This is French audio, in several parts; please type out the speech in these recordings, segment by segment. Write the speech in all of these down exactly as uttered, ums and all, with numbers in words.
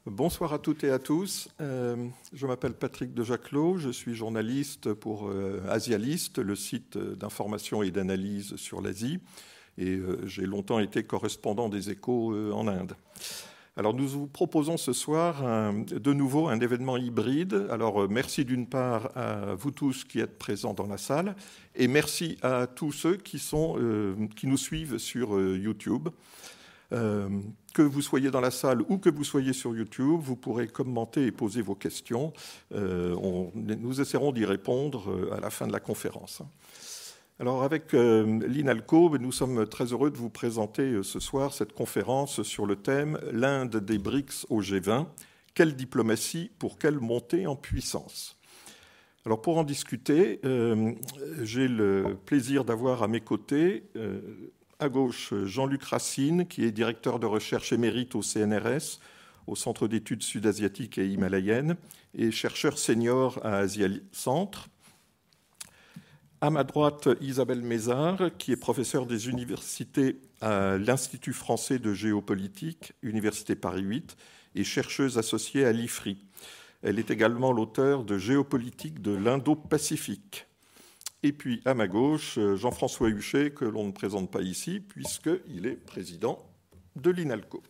Bonsoir à toutes et à tous. Euh, je m'appelle Patrick de Jacquelot, je suis journaliste pour euh, Asialist, le site d'information et d'analyse sur l'Asie, et euh, j'ai longtemps été correspondant des Échos euh, en Inde. Alors nous vous proposons ce soir un, de nouveau un événement hybride. Alors merci d'une part à vous tous qui êtes présents dans la salle, et merci à tous ceux qui, sont, euh, qui nous suivent sur euh, YouTube. Euh, que vous soyez dans la salle ou que vous soyez sur YouTube, vous pourrez commenter et poser vos questions. Euh, on, nous essaierons d'y répondre à la fin de la conférence. Alors avec euh, l'INALCO, nous sommes très heureux de vous présenter ce soir cette conférence sur le thème « L'Inde des BRICS au G vingt, quelle diplomatie pour quelle montée en puissance ?» Alors pour en discuter, euh, j'ai le plaisir d'avoir à mes côtés euh, à gauche, Jean-Luc Racine, qui est directeur de recherche émérite au C N R S, au Centre d'études sud-asiatiques et himalayennes, et chercheur senior à Asia Centre. À ma droite, Isabelle Mézard, qui est professeure des universités à l'Institut français de géopolitique, Université Paris huit, et chercheuse associée à l'I F R I. Elle est également l'auteure de Géopolitique de l'Indo-Pacifique. Et puis, à ma gauche, Jean-François Huchet, que l'on ne présente pas ici, puisqu'il est président de l'INALCO.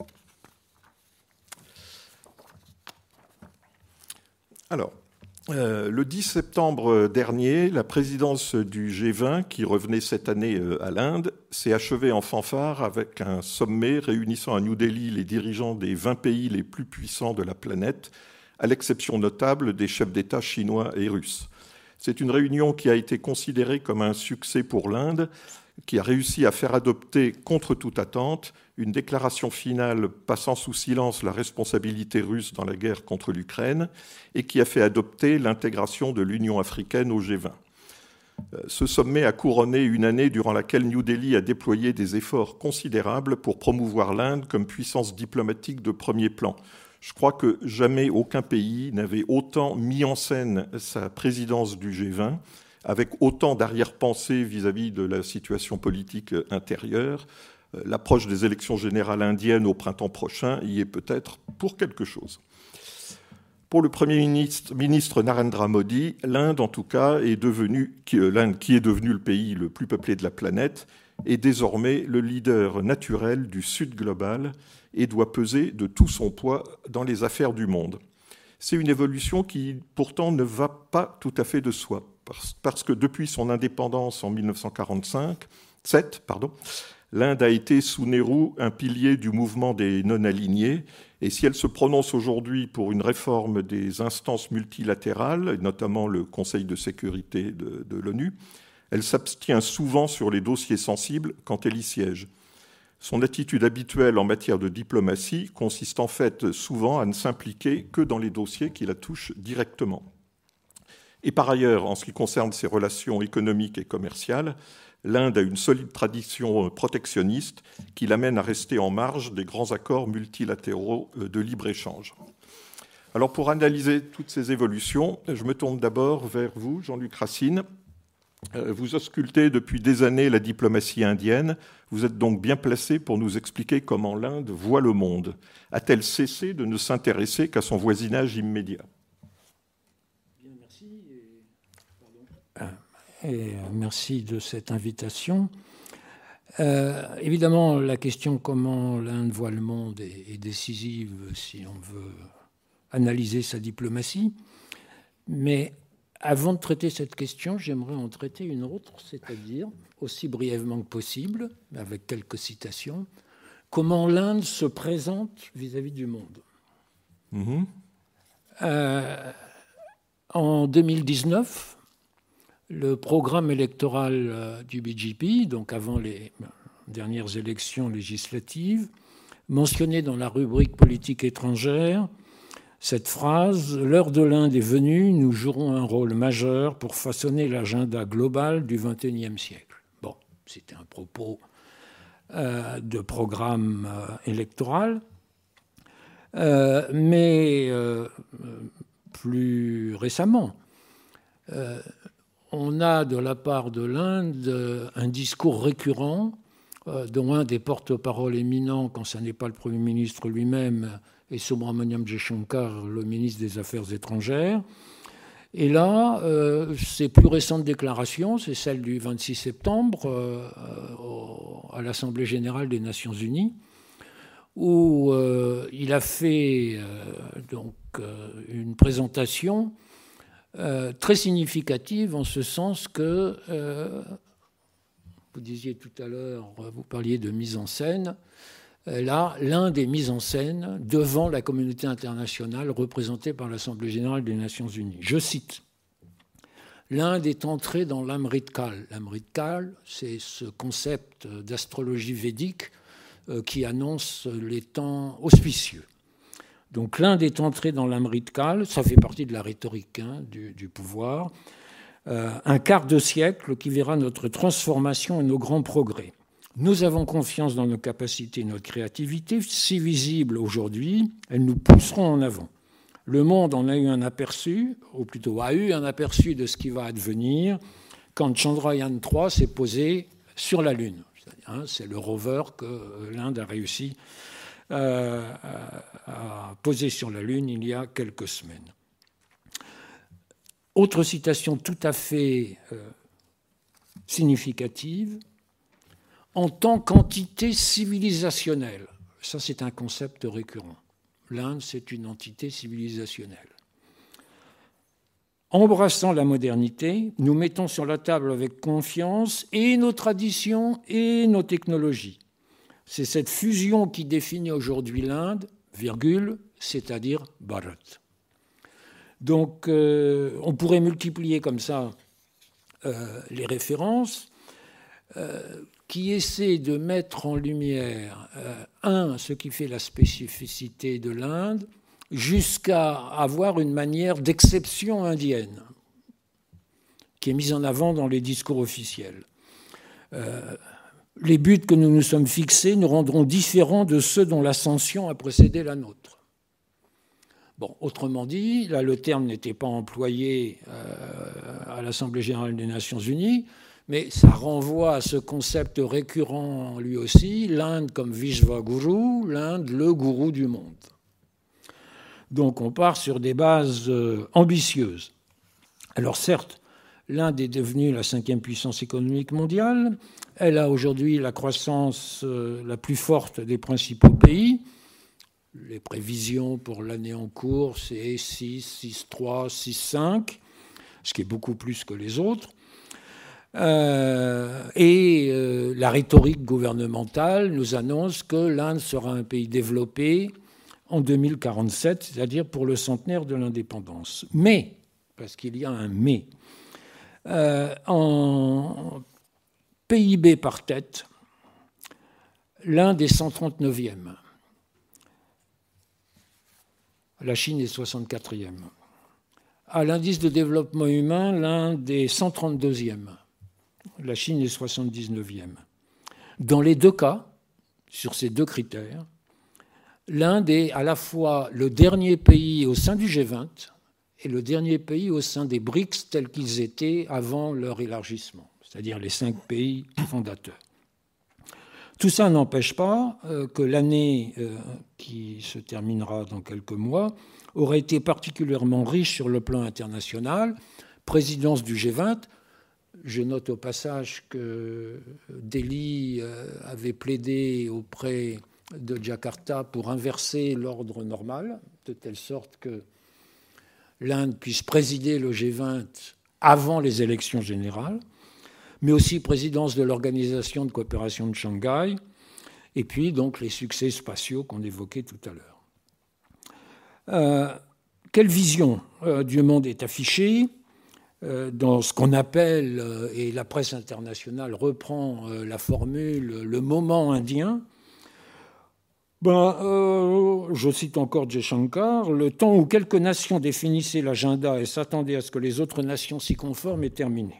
Alors, euh, le dix septembre dernier, la présidence du G vingt, qui revenait cette année à l'Inde, s'est achevée en fanfare avec un sommet réunissant à New Delhi les dirigeants des vingt pays les plus puissants de la planète, à l'exception notable des chefs d'État chinois et russes. C'est une réunion qui a été considérée comme un succès pour l'Inde, qui a réussi à faire adopter, contre toute attente, une déclaration finale passant sous silence la responsabilité russe dans la guerre contre l'Ukraine et qui a fait adopter l'intégration de l'Union africaine au G vingt. Ce sommet a couronné une année durant laquelle New Delhi a déployé des efforts considérables pour promouvoir l'Inde comme puissance diplomatique de premier plan. Je crois que jamais aucun pays n'avait autant mis en scène sa présidence du G vingt, avec autant d'arrière-pensée vis-à-vis de la situation politique intérieure. L'approche des élections générales indiennes au printemps prochain y est peut-être pour quelque chose. Pour le Premier ministre, ministre Narendra Modi, l'Inde, en tout cas, est devenue, l'Inde, qui est devenue le pays le plus peuplé de la planète, est désormais le leader naturel du Sud global et doit peser de tout son poids dans les affaires du monde. C'est une évolution qui, pourtant, ne va pas tout à fait de soi, parce que depuis son indépendance en mille neuf cent quarante-cinq, sept, pardon, l'Inde a été sous Nehru un pilier du mouvement des non-alignés, et si elle se prononce aujourd'hui pour une réforme des instances multilatérales, notamment le Conseil de sécurité de, de l'ONU, elle s'abstient souvent sur les dossiers sensibles quand elle y siège. Son attitude habituelle en matière de diplomatie consiste en fait souvent à ne s'impliquer que dans les dossiers qui la touchent directement. Et par ailleurs, en ce qui concerne ses relations économiques et commerciales, l'Inde a une solide tradition protectionniste qui l'amène à rester en marge des grands accords multilatéraux de libre-échange. Alors pour analyser toutes ces évolutions, je me tourne d'abord vers vous, Jean-Luc Racine. Vous auscultez depuis des années la diplomatie indienne. Vous êtes donc bien placé pour nous expliquer comment l'Inde voit le monde. A-t-elle cessé de ne s'intéresser qu'à son voisinage immédiat ? Bien, merci. Et, pardon. Et merci de cette invitation. Euh, évidemment, la question comment l'Inde voit le monde est, est décisive si on veut analyser sa diplomatie. Mais avant de traiter cette question, j'aimerais en traiter une autre, c'est-à-dire, aussi brièvement que possible, avec quelques citations, comment l'Inde se présente vis-à-vis du monde. Mmh. Euh, en deux mille dix-neuf, le programme électoral du B J P, donc avant les dernières élections législatives, mentionnait dans la rubrique politique étrangère cette phrase « L'heure de l'Inde est venue, nous jouerons un rôle majeur pour façonner l'agenda global du vingt et unième siècle ». Bon, c'était un propos euh, de programme euh, électoral, euh, mais euh, plus récemment, euh, on a de la part de l'Inde un discours récurrent, euh, dont un des porte-paroles éminents, quand ce n'est pas le Premier ministre lui-même, et Subramaniam Jaishankar, le ministre des Affaires étrangères. Et là, euh, ses plus récentes déclarations, c'est celle du vingt-six septembre euh, à l'Assemblée générale des Nations unies, où euh, il a fait euh, donc, euh, une présentation euh, très significative en ce sens que, euh, vous disiez tout à l'heure, vous parliez de mise en scène, là, l'Inde est mise en scène devant la communauté internationale représentée par l'Assemblée générale des Nations unies. Je cite, « L'Inde est entrée dans l'Amritkal ». L'Amritkal, c'est ce concept d'astrologie védique qui annonce les temps auspicieux. Donc l'Inde est entrée dans l'Amritkal, ça fait partie de la rhétorique hein, du, du pouvoir, euh, un quart de siècle qui verra notre transformation et nos grands progrès. Nous avons confiance dans nos capacités et notre créativité, si visibles aujourd'hui, elles nous pousseront en avant. Le monde en a eu un aperçu, ou plutôt a eu un aperçu de ce qui va advenir quand Chandrayaan trois s'est posé sur la Lune. Hein, c'est le rover que l'Inde a réussi euh, à poser sur la Lune il y a quelques semaines. Autre citation tout à fait euh, significative. En tant qu'entité civilisationnelle, ça c'est un concept récurrent. L'Inde, c'est une entité civilisationnelle. Embrassant la modernité, nous mettons sur la table avec confiance et nos traditions et nos technologies. C'est cette fusion qui définit aujourd'hui l'Inde, virgule, c'est-à-dire Bharat. Donc, euh, on pourrait multiplier comme ça euh, les références. Euh, qui essaie de mettre en lumière, euh, un, ce qui fait la spécificité de l'Inde, jusqu'à avoir une manière d'exception indienne, qui est mise en avant dans les discours officiels. Euh, les buts que nous nous sommes fixés nous rendront différents de ceux dont l'ascension a précédé la nôtre. Bon, autrement dit, là, le terme n'était pas employé euh, à l'Assemblée générale des Nations unies, mais ça renvoie à ce concept récurrent lui aussi, l'Inde comme Vishvaguru, l'Inde le gourou du monde. Donc on part sur des bases ambitieuses. Alors certes, l'Inde est devenue la cinquième puissance économique mondiale, elle a aujourd'hui la croissance la plus forte des principaux pays. Les prévisions pour l'année en cours, c'est six, six virgule trois, six virgule cinq, ce qui est beaucoup plus que les autres. Euh, et euh, la rhétorique gouvernementale nous annonce que l'Inde sera un pays développé en deux mille quarante-sept, c'est-à-dire pour le centenaire de l'indépendance. Mais, parce qu'il y a un mais, euh, en P I B par tête, l'Inde est cent trente-neuvième. La Chine est soixante-quatrième. À l'indice de développement humain, l'Inde est cent trente-deuxième. La Chine est soixante-dix-neuvième. Dans les deux cas, sur ces deux critères, l'Inde est à la fois le dernier pays au sein du G vingt et le dernier pays au sein des B R I C S tels qu'ils étaient avant leur élargissement, c'est-à-dire les cinq pays fondateurs. Tout ça n'empêche pas que l'année qui se terminera dans quelques mois aurait été particulièrement riche sur le plan international. Présidence du G vingt, je note au passage que Delhi avait plaidé auprès de Jakarta pour inverser l'ordre normal, de telle sorte que l'Inde puisse présider le G vingt avant les élections générales, mais aussi présidence de l'Organisation de coopération de Shanghai, et puis donc les succès spatiaux qu'on évoquait tout à l'heure. Euh, quelle vision euh, du monde est affichée euh, dans ce qu'on appelle, euh, et la presse internationale reprend euh, la formule, le moment indien? Ben, euh, je cite encore Jaishankar, le temps où quelques nations définissaient l'agenda et s'attendaient à ce que les autres nations s'y conforment est terminé.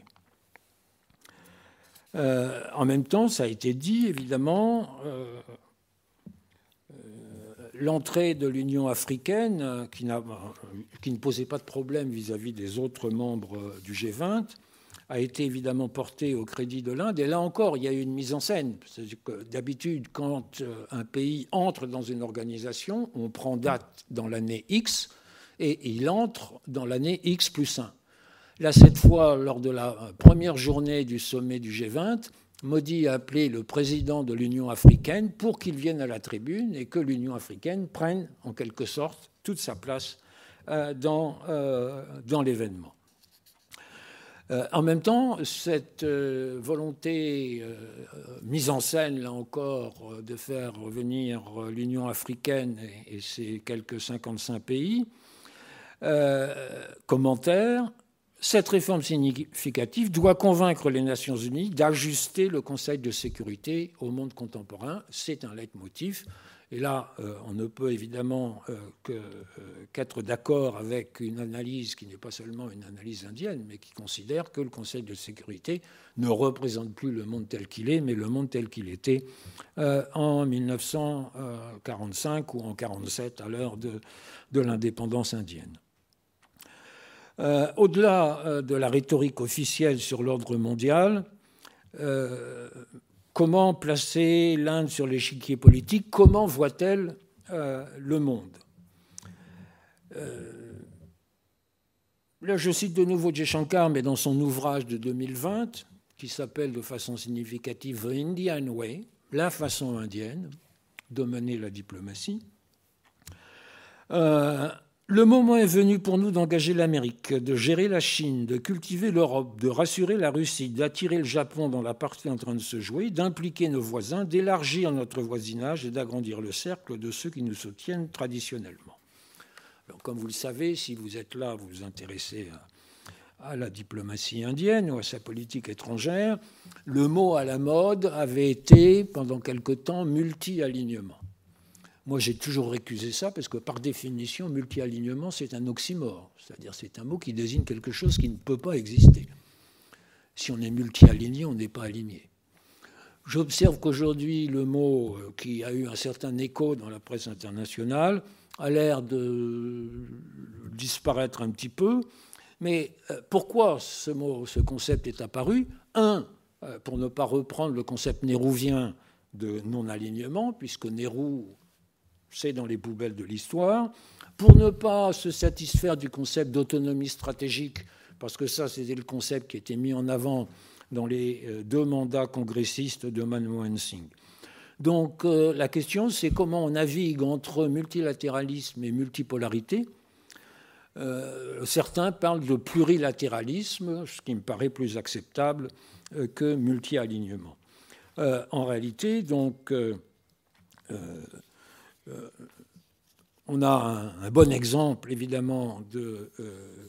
Euh, en même temps, ça a été dit, évidemment, euh, euh, l'entrée de l'Union africaine, qui, n'a, qui ne posait pas de problème vis-à-vis des autres membres du G vingt, a été évidemment porté au crédit de l'Inde. Et là encore, il y a eu une mise en scène. C'est-à-dire que d'habitude, quand un pays entre dans une organisation, on prend date dans l'année X et il entre dans l'année X plus un. Là, cette fois, lors de la première journée du sommet du G vingt, Modi a appelé le président de l'Union africaine pour qu'il vienne à la tribune et que l'Union africaine prenne, en quelque sorte, toute sa place dans, dans l'événement. Euh, en même temps, cette euh, volonté euh, mise en scène, là encore, de faire revenir l'Union africaine et, et ses quelques cinquante-cinq pays, euh, commentaire, cette réforme significative doit convaincre les Nations unies d'ajuster le Conseil de sécurité au monde contemporain. C'est un leitmotiv. Et là, euh, on ne peut évidemment euh, que, euh, qu'être d'accord avec une analyse qui n'est pas seulement une analyse indienne, mais qui considère que le Conseil de sécurité ne représente plus le monde tel qu'il est, mais le monde tel qu'il était euh, en mille neuf cent quarante-cinq ou en mille neuf cent quarante-sept, à l'heure de, de l'indépendance indienne. Euh, au-delà euh, de la rhétorique officielle sur l'ordre mondial, euh, comment placer l'Inde sur l'échiquier politique? Comment voit-elle euh, le monde? euh, Là, je cite de nouveau Jaishankar, mais dans son ouvrage de deux mille vingt, qui s'appelle de façon significative « The Indian Way », la façon indienne de mener la diplomatie. Euh, Le moment est venu pour nous d'engager l'Amérique, de gérer la Chine, de cultiver l'Europe, de rassurer la Russie, d'attirer le Japon dans la partie en train de se jouer, d'impliquer nos voisins, d'élargir notre voisinage et d'agrandir le cercle de ceux qui nous soutiennent traditionnellement. Alors, comme vous le savez, si vous êtes là, vous vous intéressez à, à la diplomatie indienne ou à sa politique étrangère, le mot à la mode avait été, pendant quelque temps, multi-alignement. Moi, j'ai toujours récusé ça parce que, par définition, multi-alignement, c'est un oxymore. C'est-à-dire c'est un mot qui désigne quelque chose qui ne peut pas exister. Si on est multi-aligné, on n'est pas aligné. J'observe qu'aujourd'hui, le mot qui a eu un certain écho dans la presse internationale a l'air de disparaître un petit peu. Mais pourquoi ce mot, ce concept est apparu? Un, pour ne pas reprendre le concept nérouvien de non-alignement, puisque Nehru... c'est dans les poubelles de l'histoire, pour ne pas se satisfaire du concept d'autonomie stratégique, parce que ça, c'était le concept qui était mis en avant dans les deux mandats congressistes de Manmohan Singh. Donc euh, la question, c'est comment on navigue entre multilatéralisme et multipolarité. Euh, certains parlent de plurilatéralisme, ce qui me paraît plus acceptable euh, que multi-alignement. Euh, en réalité, donc... Euh, euh, Euh, on a un, un bon exemple, évidemment, de euh,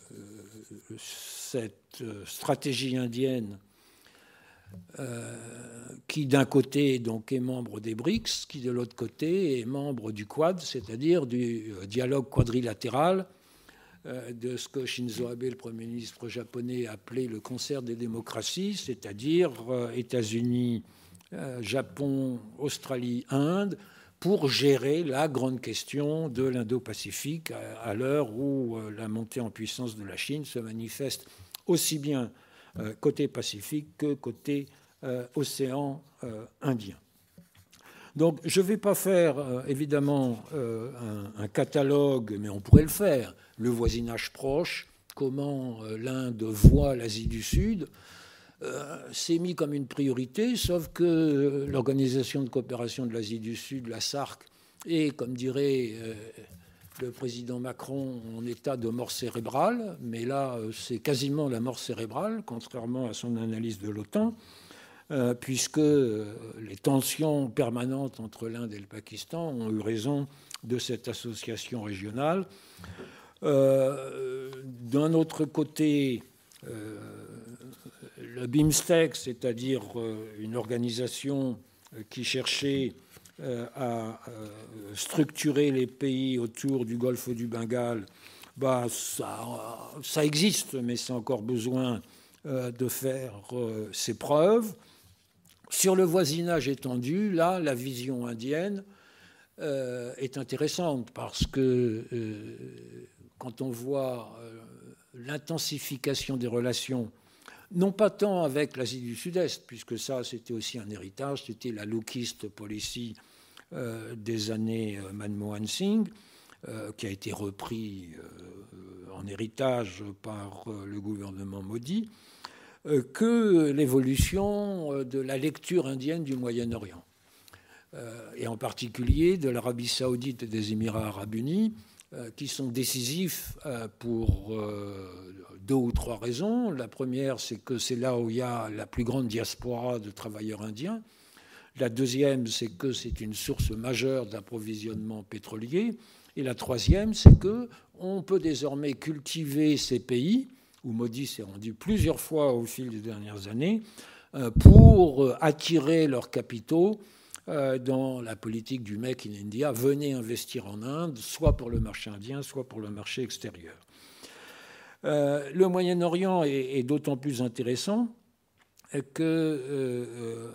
cette stratégie indienne euh, qui, d'un côté, donc, est membre des BRICS, qui, de l'autre côté, est membre du Quad, c'est-à-dire du dialogue quadrilatéral, euh, de ce que Shinzo Abe, le Premier ministre japonais, appelait le concert des démocraties, c'est-à-dire euh, États-Unis, euh, Japon, Australie, Inde, pour gérer la grande question de l'Indo-Pacifique à l'heure où la montée en puissance de la Chine se manifeste aussi bien côté Pacifique que côté océan Indien. Donc je ne vais pas faire évidemment un, un catalogue, mais on pourrait le faire, le voisinage proche, comment l'Inde voit l'Asie du Sud. Euh, c'est mis comme une priorité, sauf que l'Organisation de coopération de l'Asie du Sud, la SARC, est, comme dirait euh, le président Macron, en état de mort cérébrale, mais là, c'est quasiment la mort cérébrale, contrairement à son analyse de l'OTAN, euh, puisque les tensions permanentes entre l'Inde et le Pakistan ont eu raison de cette association régionale. Euh, d'un autre côté, euh, le BIMSTEC, c'est-à-dire une organisation qui cherchait à structurer les pays autour du golfe du Bengale, bah, ça, ça existe, mais c'est encore besoin de faire ses preuves. Sur le voisinage étendu, là, la vision indienne est intéressante parce que quand on voit l'intensification des relations non pas tant avec l'Asie du Sud-Est, puisque ça, c'était aussi un héritage, c'était la lookist policy euh, des années euh, Manmohan Singh, euh, qui a été repris euh, en héritage par euh, le gouvernement Modi, euh, que l'évolution de la lecture indienne du Moyen-Orient, euh, et en particulier de l'Arabie saoudite et des Émirats arabes unis, euh, qui sont décisifs euh, pour euh, deux ou trois raisons. La première, c'est que c'est là où il y a la plus grande diaspora de travailleurs indiens. La deuxième, c'est que c'est une source majeure d'approvisionnement pétrolier. Et la troisième, c'est qu'on peut désormais cultiver ces pays, où Modi s'est rendu plusieurs fois au fil des dernières années, pour attirer leurs capitaux dans la politique du Make in India. Venez investir en Inde, soit pour le marché indien, soit pour le marché extérieur. Euh, le Moyen-Orient est, est d'autant plus intéressant que euh, euh,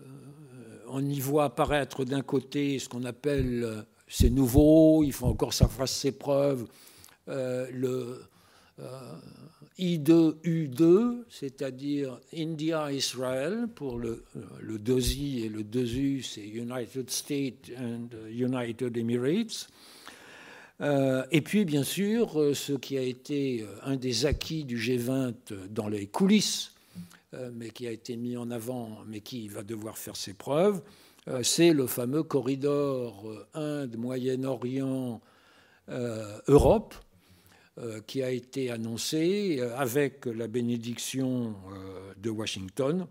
on y voit apparaître d'un côté ce qu'on appelle, euh, c'est nouveau, il faut encore que ça fasse ses preuves, euh, le euh, I deux U deux, c'est-à-dire India-Israël, pour le, le deux I et le deux U, c'est United States and United Emirates. Euh, et puis, bien sûr, ce qui a été un des acquis du G vingt dans les coulisses, euh, mais qui a été mis en avant, mais qui va devoir faire ses preuves, euh, c'est le fameux corridor Inde, Moyen-Orient, euh, Europe, euh, qui a été annoncé avec la bénédiction euh, de Washington.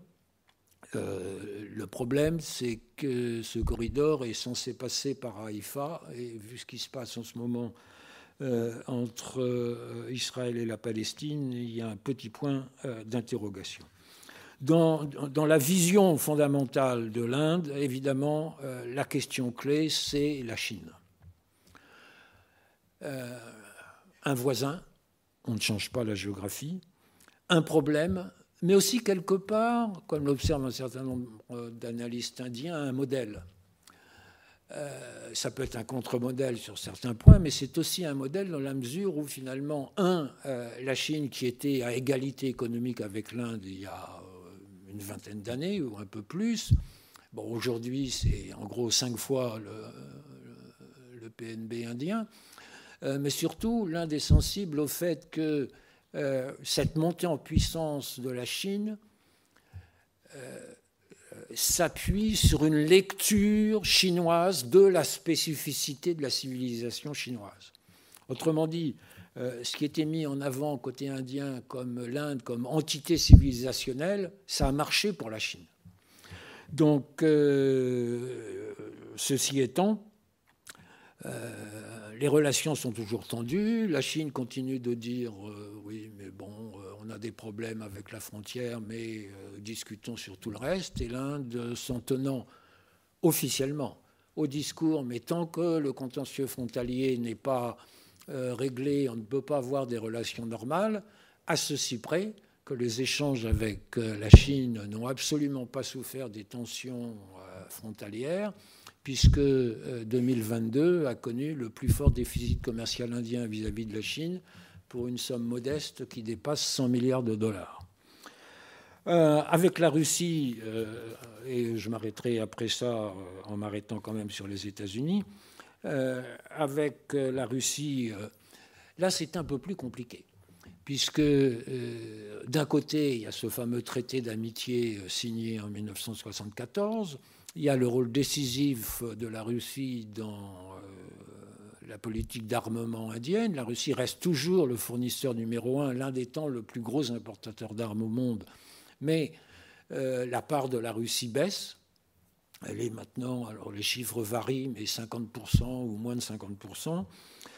Euh, le problème, c'est que ce corridor est censé passer par Haïfa, et vu ce qui se passe en ce moment euh, entre euh, Israël et la Palestine, il y a un petit point euh, d'interrogation. Dans, dans la vision fondamentale de l'Inde, évidemment, euh, la question clé, c'est la Chine. Euh, un voisin, on ne change pas la géographie, un problème, mais aussi quelque part, comme l'observe un certain nombre d'analystes indiens, un modèle. Euh, ça peut être un contre-modèle sur certains points, mais c'est aussi un modèle dans la mesure où finalement, un, euh, la Chine qui était à égalité économique avec l'Inde il y a euh, une vingtaine d'années ou un peu plus, bon, aujourd'hui c'est en gros cinq fois le, le, le P N B indien, euh, mais surtout l'Inde est sensible au fait que Euh, cette montée en puissance de la Chine euh, s'appuie sur une lecture chinoise de la spécificité de la civilisation chinoise. Autrement dit, euh, ce qui était mis en avant côté indien comme l'Inde, comme entité civilisationnelle, ça a marché pour la Chine. Donc, euh, ceci étant, euh, les relations sont toujours tendues. La Chine continue de dire euh, oui, mais bon, euh, on a des problèmes avec la frontière, mais euh, discutons sur tout le reste. Et l'Inde s'en tenant officiellement au discours, mais tant que le contentieux frontalier n'est pas euh, réglé, on ne peut pas avoir des relations normales, à ceci près que les échanges avec euh, la Chine n'ont absolument pas souffert des tensions euh, frontalières, puisque deux mille vingt-deux a connu le plus fort déficit commercial indien vis-à-vis de la Chine pour une somme modeste qui dépasse cent milliards de dollars. Euh, avec la Russie, euh, et je m'arrêterai après ça euh, en m'arrêtant quand même sur les États-Unis, euh, avec la Russie, euh, là c'est un peu plus compliqué, puisque euh, d'un côté, il y a ce fameux traité d'amitié signé en mille neuf cent soixante-quatorze. Il y a le rôle décisif de la Russie dans euh, la politique d'armement indienne. La Russie reste toujours le fournisseur numéro un, l'un des temps le plus gros importateur d'armes au monde. Mais euh, la part de la Russie baisse. Elle est maintenant, alors les chiffres varient, mais cinquante pour cent ou moins de cinquante pour cent.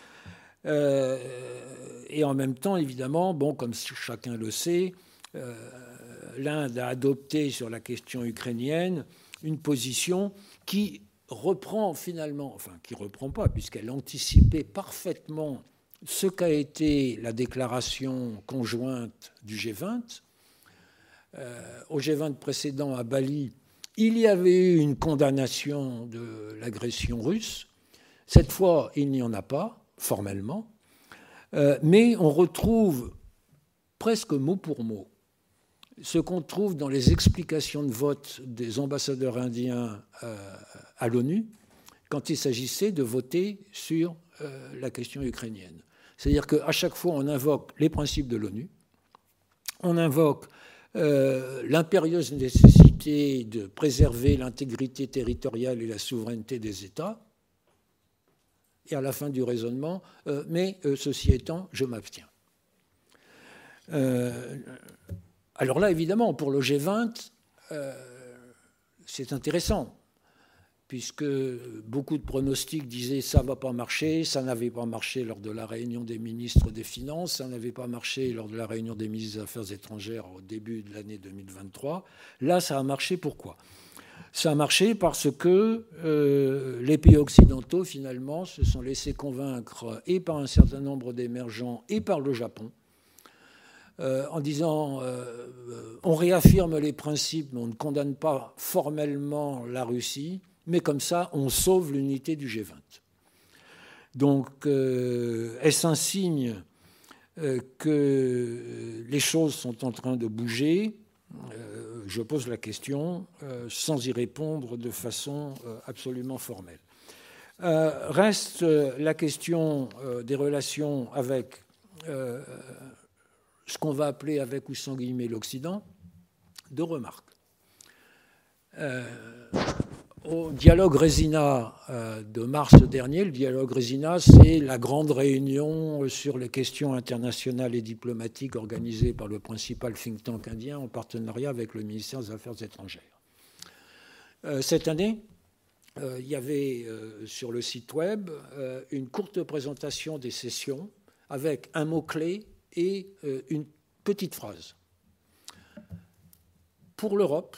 Euh, et en même temps, évidemment, bon, comme chacun le sait, euh, l'Inde a adopté sur la question ukrainienne une position qui reprend finalement, enfin qui ne reprend pas, puisqu'elle anticipait parfaitement ce qu'a été la déclaration conjointe du G vingt. Euh, au G vingt précédent à Bali, il y avait eu une condamnation de l'agression russe. Cette fois, il n'y en a pas, formellement, euh, mais on retrouve presque mot pour mot ce qu'on trouve dans les explications de vote des ambassadeurs indiens euh, à l'ONU quand il s'agissait de voter sur euh, la question ukrainienne. C'est-à-dire qu'à chaque fois, on invoque les principes de l'ONU, on invoque euh, l'impérieuse nécessité de préserver l'intégrité territoriale et la souveraineté des États, et à la fin du raisonnement, euh, mais euh, ceci étant, je m'abstiens. Euh, alors là, évidemment, pour le G vingt, euh, c'est intéressant, puisque beaucoup de pronostics disaient ça ne va pas marcher, ça n'avait pas marché lors de la réunion des ministres des Finances, ça n'avait pas marché lors de la réunion des ministres des Affaires étrangères au début de l'année deux mille vingt-trois. Là, ça a marché, pourquoi ? Ça a marché parce que euh, les pays occidentaux, finalement, se sont laissés convaincre et par un certain nombre d'émergents et par le Japon, euh, en disant euh, on réaffirme les principes, mais on ne condamne pas formellement la Russie, mais comme ça, on sauve l'unité du G vingt. Donc, euh, est-ce un signe euh, que les choses sont en train de bouger ? euh, Je pose la question euh, sans y répondre de façon euh, absolument formelle. Euh, reste euh, la question euh, des relations avec euh, ce qu'on va appeler, avec ou sans guillemets, l'Occident. Deux remarques. Euh, Au dialogue Résina de mars dernier, le dialogue Résina, c'est la grande réunion sur les questions internationales et diplomatiques organisée par le principal think tank indien en partenariat avec le ministère des Affaires étrangères. Cette année, il y avait sur le site web une courte présentation des sessions avec un mot-clé et une petite phrase. Pour l'Europe,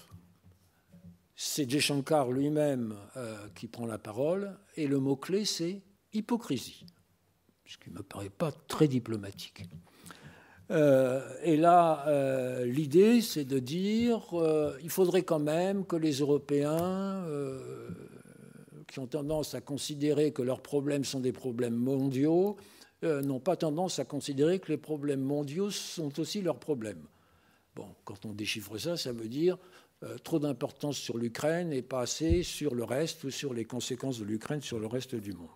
c'est Jaishankar lui-même euh, qui prend la parole, et le mot-clé, c'est hypocrisie, ce qui ne me paraît pas très diplomatique. Euh, et là, euh, l'idée, c'est de dire euh, il faudrait quand même que les Européens, euh, qui ont tendance à considérer que leurs problèmes sont des problèmes mondiaux, euh, n'ont pas tendance à considérer que les problèmes mondiaux sont aussi leurs problèmes. Bon, quand on déchiffre ça, ça veut dire Euh, trop d'importance sur l'Ukraine et pas assez sur le reste ou sur les conséquences de l'Ukraine sur le reste du monde.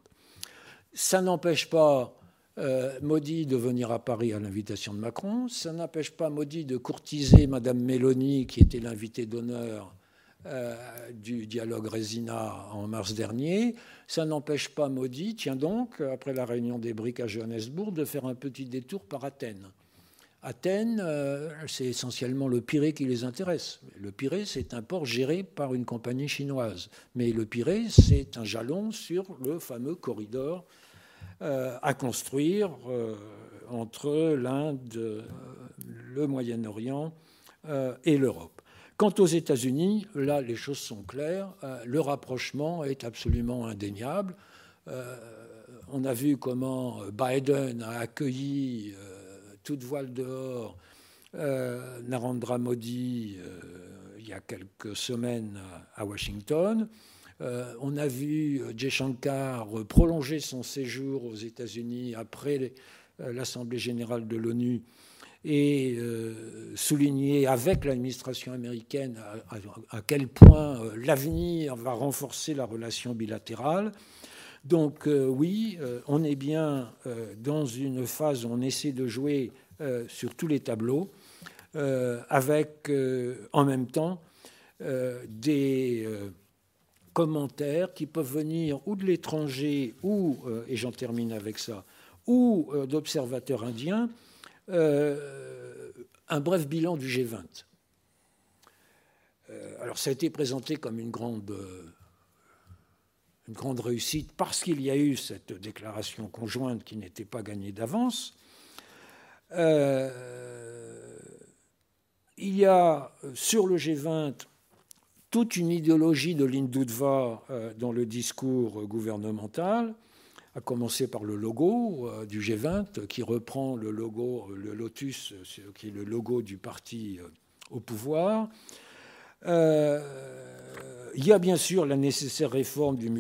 Ça n'empêche pas euh, Modi de venir à Paris à l'invitation de Macron, ça n'empêche pas Modi de courtiser Madame Meloni, qui était l'invitée d'honneur euh, du dialogue Résina en mars dernier, ça n'empêche pas Modi, tiens donc, après la réunion des BRICS à Johannesburg, de faire un petit détour par Athènes. Athènes, euh, c'est essentiellement le Pirée qui les intéresse. Le Pirée, c'est un port géré par une compagnie chinoise. Mais le Pirée, c'est un jalon sur le fameux corridor euh, à construire euh, entre l'Inde, euh, le Moyen-Orient euh, et l'Europe. Quant aux États-Unis, là, les choses sont claires. Euh, le rapprochement est absolument indéniable. Euh, on a vu comment Biden a accueilli... Euh, toute voile dehors, euh, Narendra Modi, euh, il y a quelques semaines à Washington. Euh, on a vu Jaishankar prolonger son séjour aux États-Unis après les, euh, l'Assemblée générale de l'ONU et euh, souligner avec l'administration américaine à, à, à quel point euh, l'avenir va renforcer la relation bilatérale. Donc euh, oui, euh, on est bien euh, dans une phase où on essaie de jouer euh, sur tous les tableaux, euh, avec euh, en même temps euh, des euh, commentaires qui peuvent venir ou de l'étranger, ou, euh, et j'en termine avec ça, ou euh, d'observateurs indiens, euh, un bref bilan du G vingt. Euh, alors ça a été présenté comme une grande... Euh, une grande réussite parce qu'il y a eu cette déclaration conjointe qui n'était pas gagnée d'avance. Euh, il y a sur le G vingt toute une idéologie de l'Hindutva euh, dans le discours gouvernemental, à commencer par le logo euh, du G vingt qui reprend le logo, le lotus, qui est le logo du parti euh, au pouvoir. Euh, il y a bien sûr la nécessaire réforme du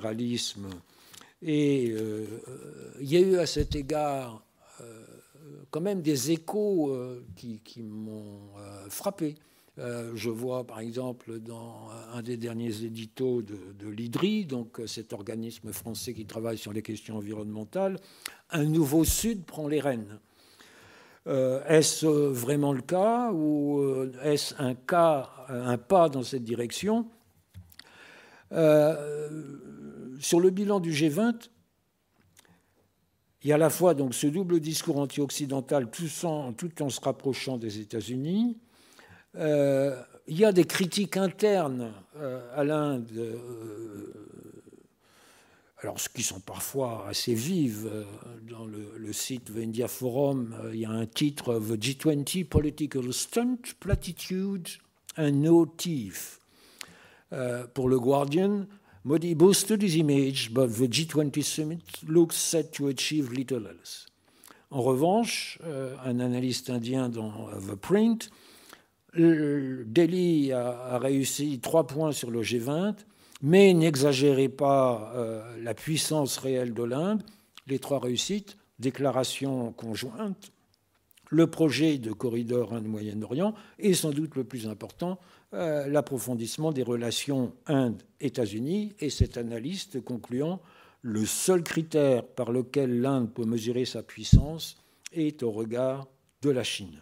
multilatéralisme et euh, il y a eu à cet égard, euh, quand même des échos euh, qui, qui m'ont euh, frappé. Euh, je vois par exemple dans un des derniers éditos de, de l'I D R I, donc cet organisme français qui travaille sur les questions environnementales, un nouveau Sud prend les rênes. Euh, est-ce vraiment le cas ou euh, est-ce un, cas, un pas dans cette direction? euh, Sur le bilan du G vingt, il y a à la fois donc, ce double discours anti-occidental tout en, tout en se rapprochant des États-Unis. Euh, il y a des critiques internes euh, à l'Inde, euh, alors qui sont parfois assez vives. Dans le, le site The India Forum, il y a un titre The G vingt Political Stunt, Platitude and No Teeth. Euh, pour le Guardian, Modi boosted his image, but the G vingt summit looks set to achieve little else. En revanche, euh, un analyste indien dans uh, The Print, Delhi a, a réussi trois points sur le G vingt, mais n'exagérez pas euh, la puissance réelle de l'Inde. Les trois réussites, déclaration conjointe, le projet de corridor Inde-Moyen-Orient et sans doute le plus important, euh, l'approfondissement des relations Inde-États-Unis. Et cet analyste concluant, le seul critère par lequel l'Inde peut mesurer sa puissance est au regard de la Chine.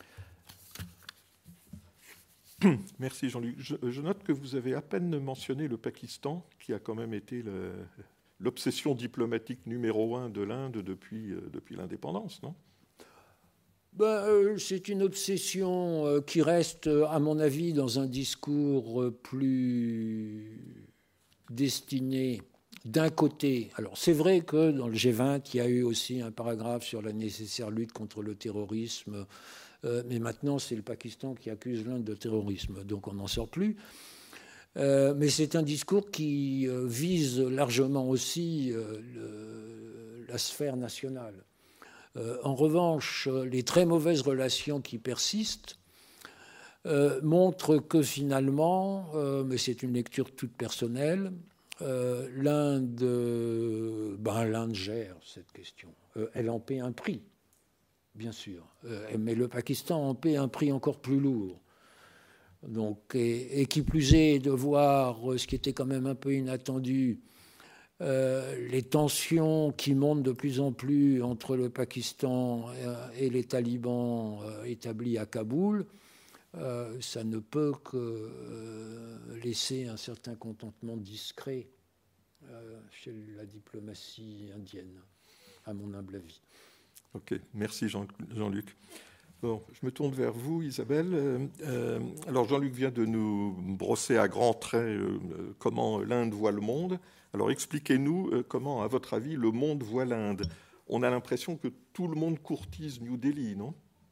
Merci Jean-Luc. Je, je note que vous avez à peine mentionné le Pakistan, qui a quand même été le, l'obsession diplomatique numéro un de l'Inde depuis, euh, depuis l'indépendance, non ? Ben, euh, c'est une obsession euh, qui reste, à mon avis, dans un discours euh, plus destiné d'un côté. Alors, c'est vrai que dans le G vingt, il y a eu aussi un paragraphe sur la nécessaire lutte contre le terrorisme. Euh, mais maintenant, c'est le Pakistan qui accuse l'Inde de terrorisme, donc on n'en sort plus. Euh, mais c'est un discours qui euh, vise largement aussi euh, le, la sphère nationale. Euh, en revanche, les très mauvaises relations qui persistent euh, montrent que finalement, euh, mais c'est une lecture toute personnelle, euh, l'Inde, euh, ben, l'Inde gère cette question. Euh, elle en paie un prix. Bien sûr, euh, mais le Pakistan en paie un prix encore plus lourd. Donc, et, et qui plus est de voir ce qui était quand même un peu inattendu, euh, les tensions qui montent de plus en plus entre le Pakistan et les talibans euh, établis à Kaboul, euh, ça ne peut que euh, laisser un certain contentement discret euh, chez la diplomatie indienne, à mon humble avis. Ok, merci Jean, Jean-Luc. Bon, je me tourne vers vous, Isabelle. Euh, alors Jean-Luc vient de nous brosser à grands traits euh, comment l'Inde voit le monde. Alors expliquez-nous euh, comment, à votre avis, le monde voit l'Inde. On a l'impression que tout le monde courtise New Delhi, non ?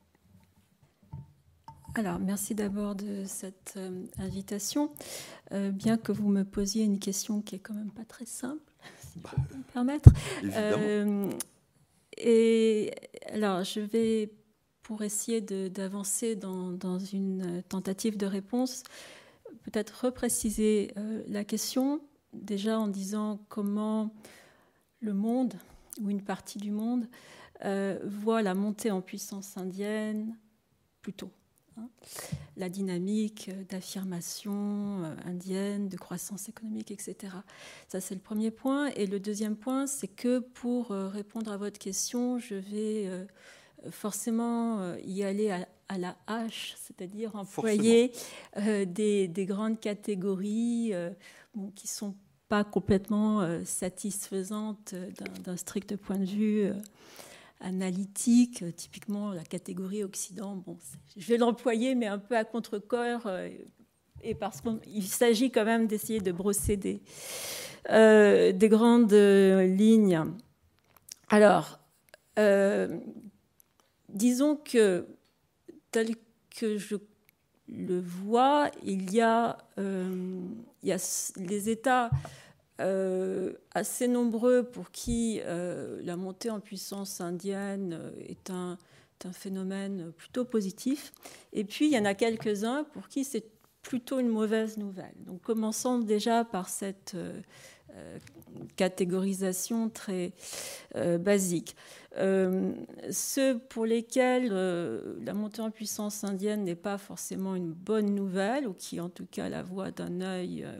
Alors, merci d'abord de cette euh, invitation, euh, bien que vous me posiez une question qui est quand même pas très simple, si bah, je peux me permettre. Évidemment. Euh, et alors, je vais, pour essayer de, d'avancer dans, dans une tentative de réponse, peut-être repréciser euh, la question, déjà en disant comment le monde, ou une partie du monde, euh, voit la montée en puissance indienne plutôt. Hein, la dynamique d'affirmation indienne, de croissance économique, et cetera. Ça, c'est le premier point. Et le deuxième point, c'est que pour répondre à votre question, je vais forcément y aller à, à la hache, c'est-à-dire employer euh, des, des grandes catégories euh, bon, qui ne sont pas complètement euh, satisfaisantes d'un, d'un strict point de vue euh, analytique, typiquement la catégorie Occident. Bon, je vais l'employer, mais un peu à contre-cœur, euh, et parce qu'il s'agit quand même d'essayer de brosser des, euh, des grandes lignes. Alors, euh, disons que, tel que je le vois, il y a, euh, il y a les États Euh, assez nombreux pour qui euh, la montée en puissance indienne est un, est un phénomène plutôt positif. Et puis, il y en a quelques-uns pour qui c'est plutôt une mauvaise nouvelle. Donc, commençons déjà par cette, euh, euh, catégorisation très euh, basique. Euh, ceux pour lesquels euh, la montée en puissance indienne n'est pas forcément une bonne nouvelle, ou qui en tout cas la voient d'un œil euh,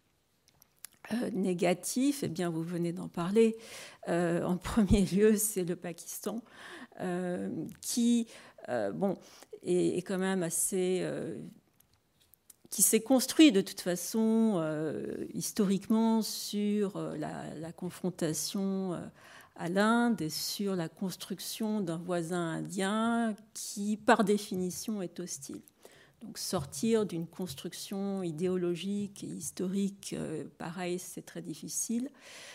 euh, négatif, eh bien vous venez d'en parler. Euh, en premier lieu, c'est le Pakistan, euh, qui euh, bon, est, est quand même assez... Euh, qui s'est construit de toute façon euh, historiquement sur euh, la, la confrontation euh, à l'Inde et sur la construction d'un voisin indien qui, par définition, est hostile. Donc sortir d'une construction idéologique et historique, euh, pareil, c'est très difficile.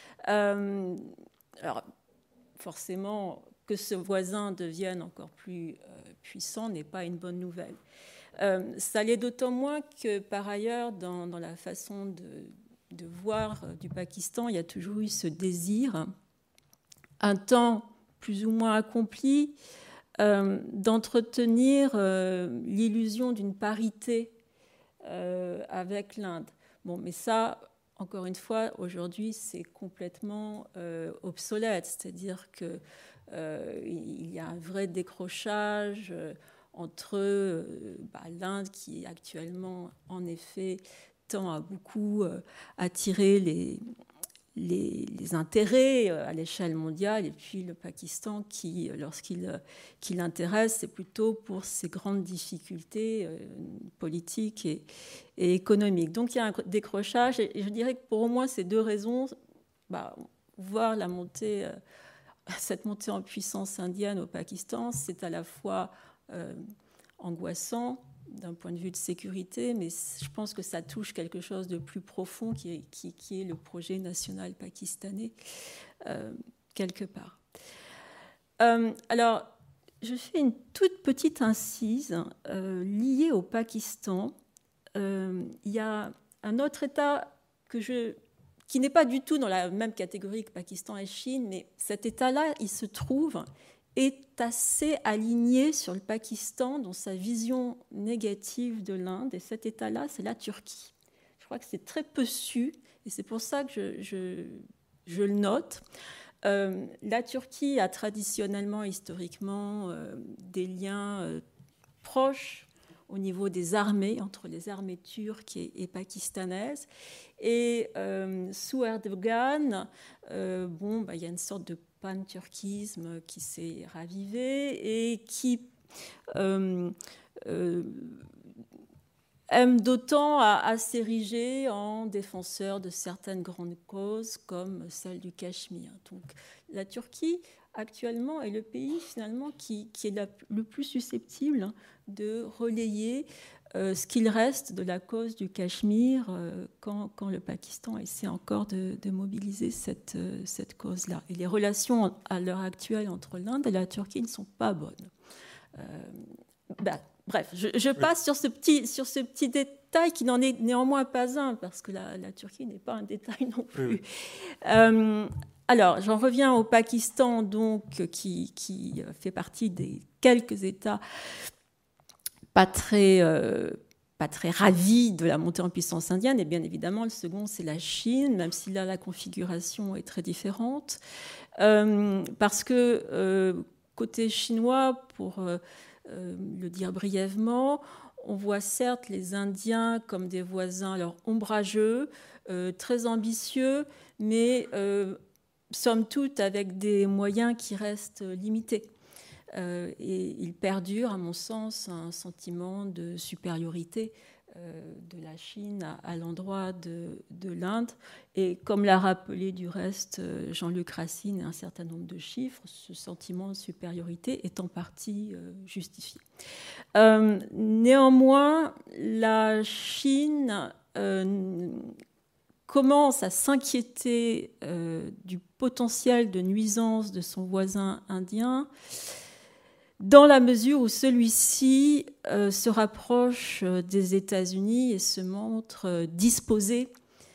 Euh, alors, forcément, que ce voisin devienne encore plus euh, puissant n'est pas une bonne nouvelle. Euh, ça l'est d'autant moins que, par ailleurs, dans, dans la façon de, de voir du Pakistan, il y a toujours eu ce désir, un temps plus ou moins accompli, euh, d'entretenir euh, l'illusion d'une parité euh, avec l'Inde. Bon, mais ça, encore une fois, aujourd'hui, c'est complètement euh, obsolète, c'est-à-dire qu'il euh, y a un vrai décrochage euh, entre euh, bah, l'Inde qui actuellement, en effet, tend à beaucoup euh, attirer les, les, les intérêts euh, à l'échelle mondiale, et puis le Pakistan qui, lorsqu'il euh, qui l'intéresse, c'est plutôt pour ses grandes difficultés euh, politiques et, et économiques. Donc il y a un décrochage, et, et je dirais que pour au moins ces deux raisons, bah, voir la montée, euh, cette montée en puissance indienne au Pakistan, c'est à la fois Euh, angoissant d'un point de vue de sécurité, mais je pense que ça touche quelque chose de plus profond qui est, qui, qui est le projet national pakistanais, euh, quelque part. Euh, alors, je fais une toute petite incise euh, liée au Pakistan. Euh, il y a un autre État que je, qui n'est pas du tout dans la même catégorie que Pakistan et Chine, mais cet État-là, il se trouve... est assez aligné sur le Pakistan dans sa vision négative de l'Inde. Et cet État-là, c'est la Turquie. Je crois que c'est très peu su, et c'est pour ça que je, je, je le note. Euh, la Turquie a traditionnellement, historiquement, euh, des liens euh, proches au niveau des armées, entre les armées turques et, et pakistanaises. Et euh, sous Erdogan, euh, bon, bah, il y a une sorte de pan-turquisme qui s'est ravivé et qui euh, euh, aime d'autant à, à s'ériger en défenseur de certaines grandes causes comme celle du Cachemire. Donc la Turquie, actuellement, est le pays finalement qui, qui est la, le plus susceptible de relayer euh, ce qu'il reste de la cause du Cachemire euh, quand, quand le Pakistan essaie encore de, de mobiliser cette, euh, cette cause-là. Et les relations à l'heure actuelle entre l'Inde et la Turquie ne sont pas bonnes. Euh, bah, bref, je, je passe oui. sur, ce petit, sur ce petit détail qui n'en est néanmoins pas un, parce que la, la Turquie n'est pas un détail non plus. Oui, oui. Euh, alors, j'en reviens au Pakistan, donc, qui, qui fait partie des quelques États pas très, euh, pas très ravis de la montée en puissance indienne. Et bien évidemment, le second, c'est la Chine, même si là, la configuration est très différente. Euh, parce que, euh, côté chinois, pour euh, euh, le dire brièvement, on voit certes les Indiens comme des voisins alors ombrageux, euh, très ambitieux, mais euh, somme toute avec des moyens qui restent limités. Euh, et il perdure, à mon sens, un sentiment de supériorité euh, de la Chine à, à l'endroit de, de l'Inde. Et comme l'a rappelé du reste Jean-Luc Racine et un certain nombre de chiffres, ce sentiment de supériorité est en partie euh, justifié. Euh, néanmoins, la Chine euh, commence à s'inquiéter euh, du potentiel de nuisance de son voisin indien, dans la mesure où celui-ci euh, se rapproche euh, des États-Unis et se montre euh, disposé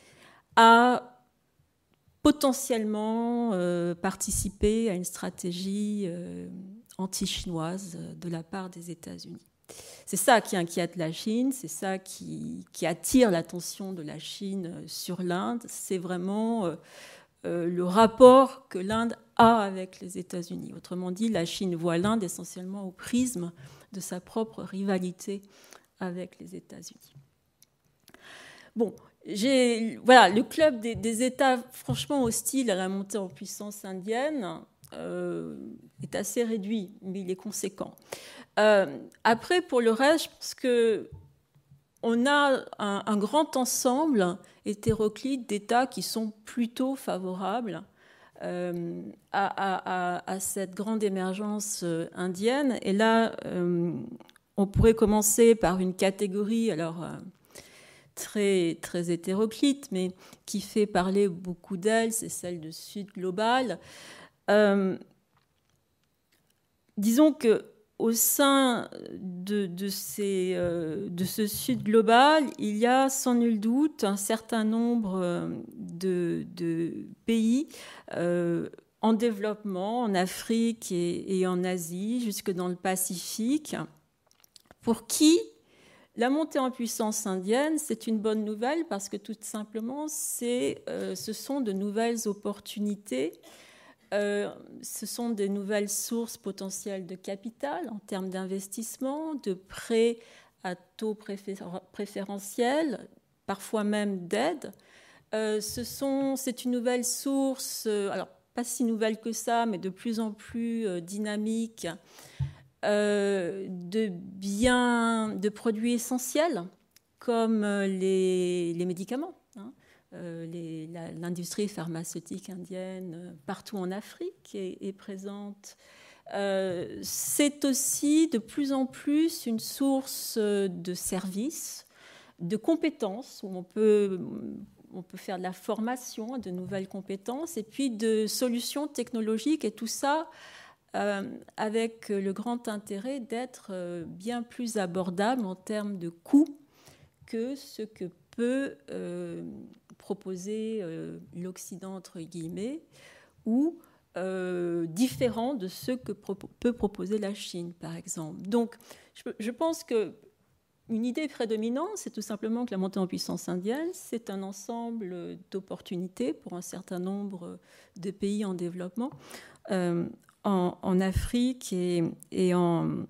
à potentiellement euh, participer à une stratégie euh, anti-chinoise de la part des États-Unis. c'est ça qui inquiète la Chine, c'est ça qui, qui attire l'attention de la Chine sur l'Inde. C'est vraiment euh, euh, le rapport que l'Inde a avec les États-Unis. Autrement dit, la Chine voit l'Inde essentiellement au prisme de sa propre rivalité avec les États-Unis. Bon, j'ai, voilà, le club des, des États franchement hostiles à la montée en puissance indienne euh, est assez réduit, mais il est conséquent. Euh, après, pour le reste, je pense qu'on a un, un grand ensemble hétéroclite d'États qui sont plutôt favorables euh, à, à, à cette grande émergence indienne. Et là, euh, on pourrait commencer par une catégorie, alors euh, très, très hétéroclite, mais qui fait parler beaucoup d'elle, c'est celle de Sud Global. Euh, disons que au sein de, de, ces, euh, de ce Sud global, il y a sans nul doute un certain nombre de, de pays euh, en développement, en Afrique et, et en Asie, jusque dans le Pacifique, pour qui la montée en puissance indienne, c'est une bonne nouvelle parce que tout simplement, c'est, euh, ce sont de nouvelles opportunités. Euh, ce sont des nouvelles sources potentielles de capital en termes d'investissement, de prêts à taux préférentiels, parfois même d'aide. Euh, ce sont, c'est une nouvelle source, euh, alors pas si nouvelle que ça, mais de plus en plus euh, dynamique, euh, de biens, de produits essentiels comme les, les médicaments. Hein. Euh, les, la, l'industrie pharmaceutique indienne euh, partout en Afrique est, est présente. Euh, c'est aussi de plus en plus une source de services, de compétences, où on peut, on peut faire de la formation, de nouvelles compétences, et puis de solutions technologiques, et tout ça euh, avec le grand intérêt d'être bien plus abordable en termes de coûts que ce que peut euh, proposer euh, l'Occident, entre guillemets, ou euh, différent de ce que pro- peut proposer la Chine, par exemple. Donc, je, je pense qu'une idée prédominante, c'est tout simplement que la montée en puissance indienne, c'est un ensemble d'opportunités pour un certain nombre de pays en développement, euh, en, en Afrique et, et, en,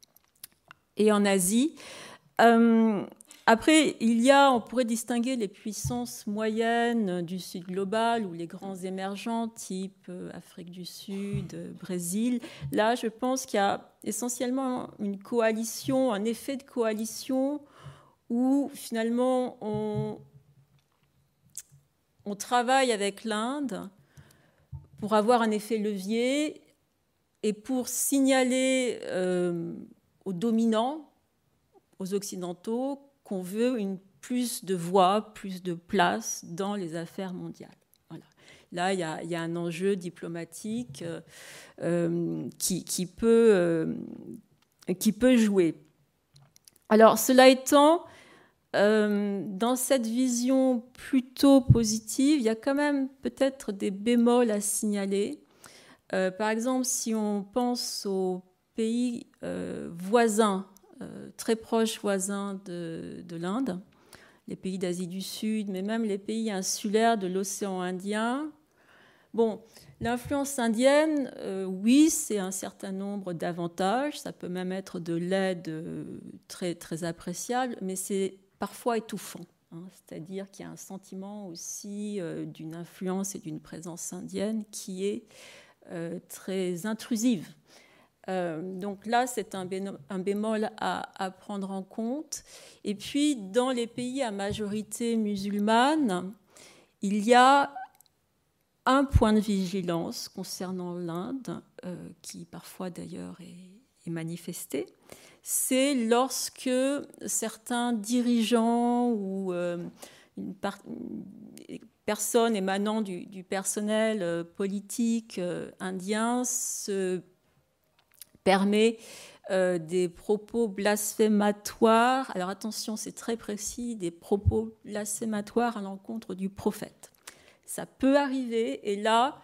et en Asie. Euh, Après, il y a, on pourrait distinguer les puissances moyennes du Sud global ou les grands émergents type Afrique du Sud, Brésil. Là, je pense qu'il y a essentiellement une coalition, un effet de coalition où finalement on, on travaille avec l'Inde pour avoir un effet levier et pour signaler euh, aux dominants, aux Occidentaux, qu'on veut une, plus de voix, plus de place dans les affaires mondiales. Voilà. Là, il y, a, il y a un enjeu diplomatique euh, euh, qui, qui, peut, euh, qui peut jouer. Alors, cela étant, euh, dans cette vision plutôt positive, il y a quand même peut-être des bémols à signaler. Euh, par exemple, si on pense aux pays euh, voisins, Euh, très proches voisins de, de l'Inde, les pays d'Asie du Sud, mais même les pays insulaires de l'océan Indien. Bon, l'influence indienne, euh, oui, c'est un certain nombre d'avantages, ça peut même être de l'aide euh, très, très appréciable, mais c'est parfois étouffant. Hein, c'est-à-dire qu'il y a un sentiment aussi euh, d'une influence et d'une présence indienne qui est euh, très intrusive. Euh, donc là, c'est un, béno- un bémol à, à prendre en compte. Et puis, dans les pays à majorité musulmane, il y a un point de vigilance concernant l'Inde, euh, qui parfois d'ailleurs est, est manifesté. C'est lorsque certains dirigeants ou euh, une, par- une personne émanant du, du personnel euh, politique euh, indien se permet euh, des propos blasphématoires. Alors attention, c'est très précis, des propos blasphématoires à l'encontre du prophète. Ça peut arriver, et là,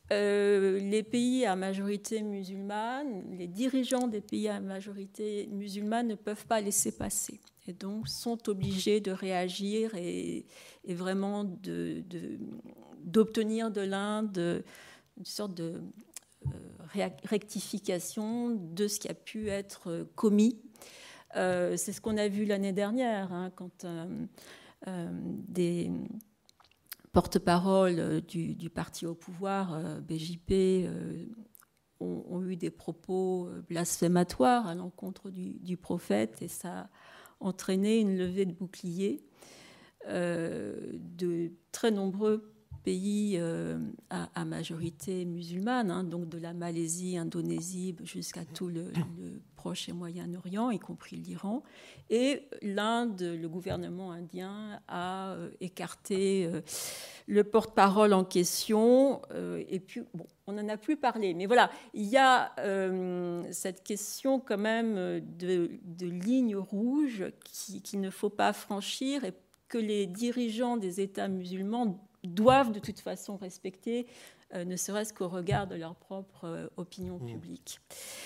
euh, les pays à majorité musulmane, les dirigeants des pays à majorité musulmane ne peuvent pas laisser passer. Et donc sont obligés de réagir et, et vraiment de, de, d'obtenir de l'Inde une sorte de euh, rectification de ce qui a pu être commis. Euh, c'est ce qu'on a vu l'année dernière, hein, quand euh, euh, des porte-parole du, du parti au pouvoir, euh, B J P, euh, ont, ont eu des propos blasphématoires à l'encontre du, du prophète, et ça a entraîné une levée de boucliers euh, de très nombreux pays euh, à, à majorité musulmane, hein, donc de la Malaisie, Indonésie, jusqu'à tout le, le Proche et Moyen-Orient, y compris l'Iran. Et l'Inde, le gouvernement indien a euh, écarté euh, le porte-parole en question. Euh, et puis, bon, on n'en a plus parlé. Mais voilà, il y a euh, cette question quand même de, de ligne rouge qui, qu'il ne faut pas franchir et que les dirigeants des États musulmans doivent de toute façon respecter, euh, ne serait-ce qu'au regard de leur propre euh, opinion publique.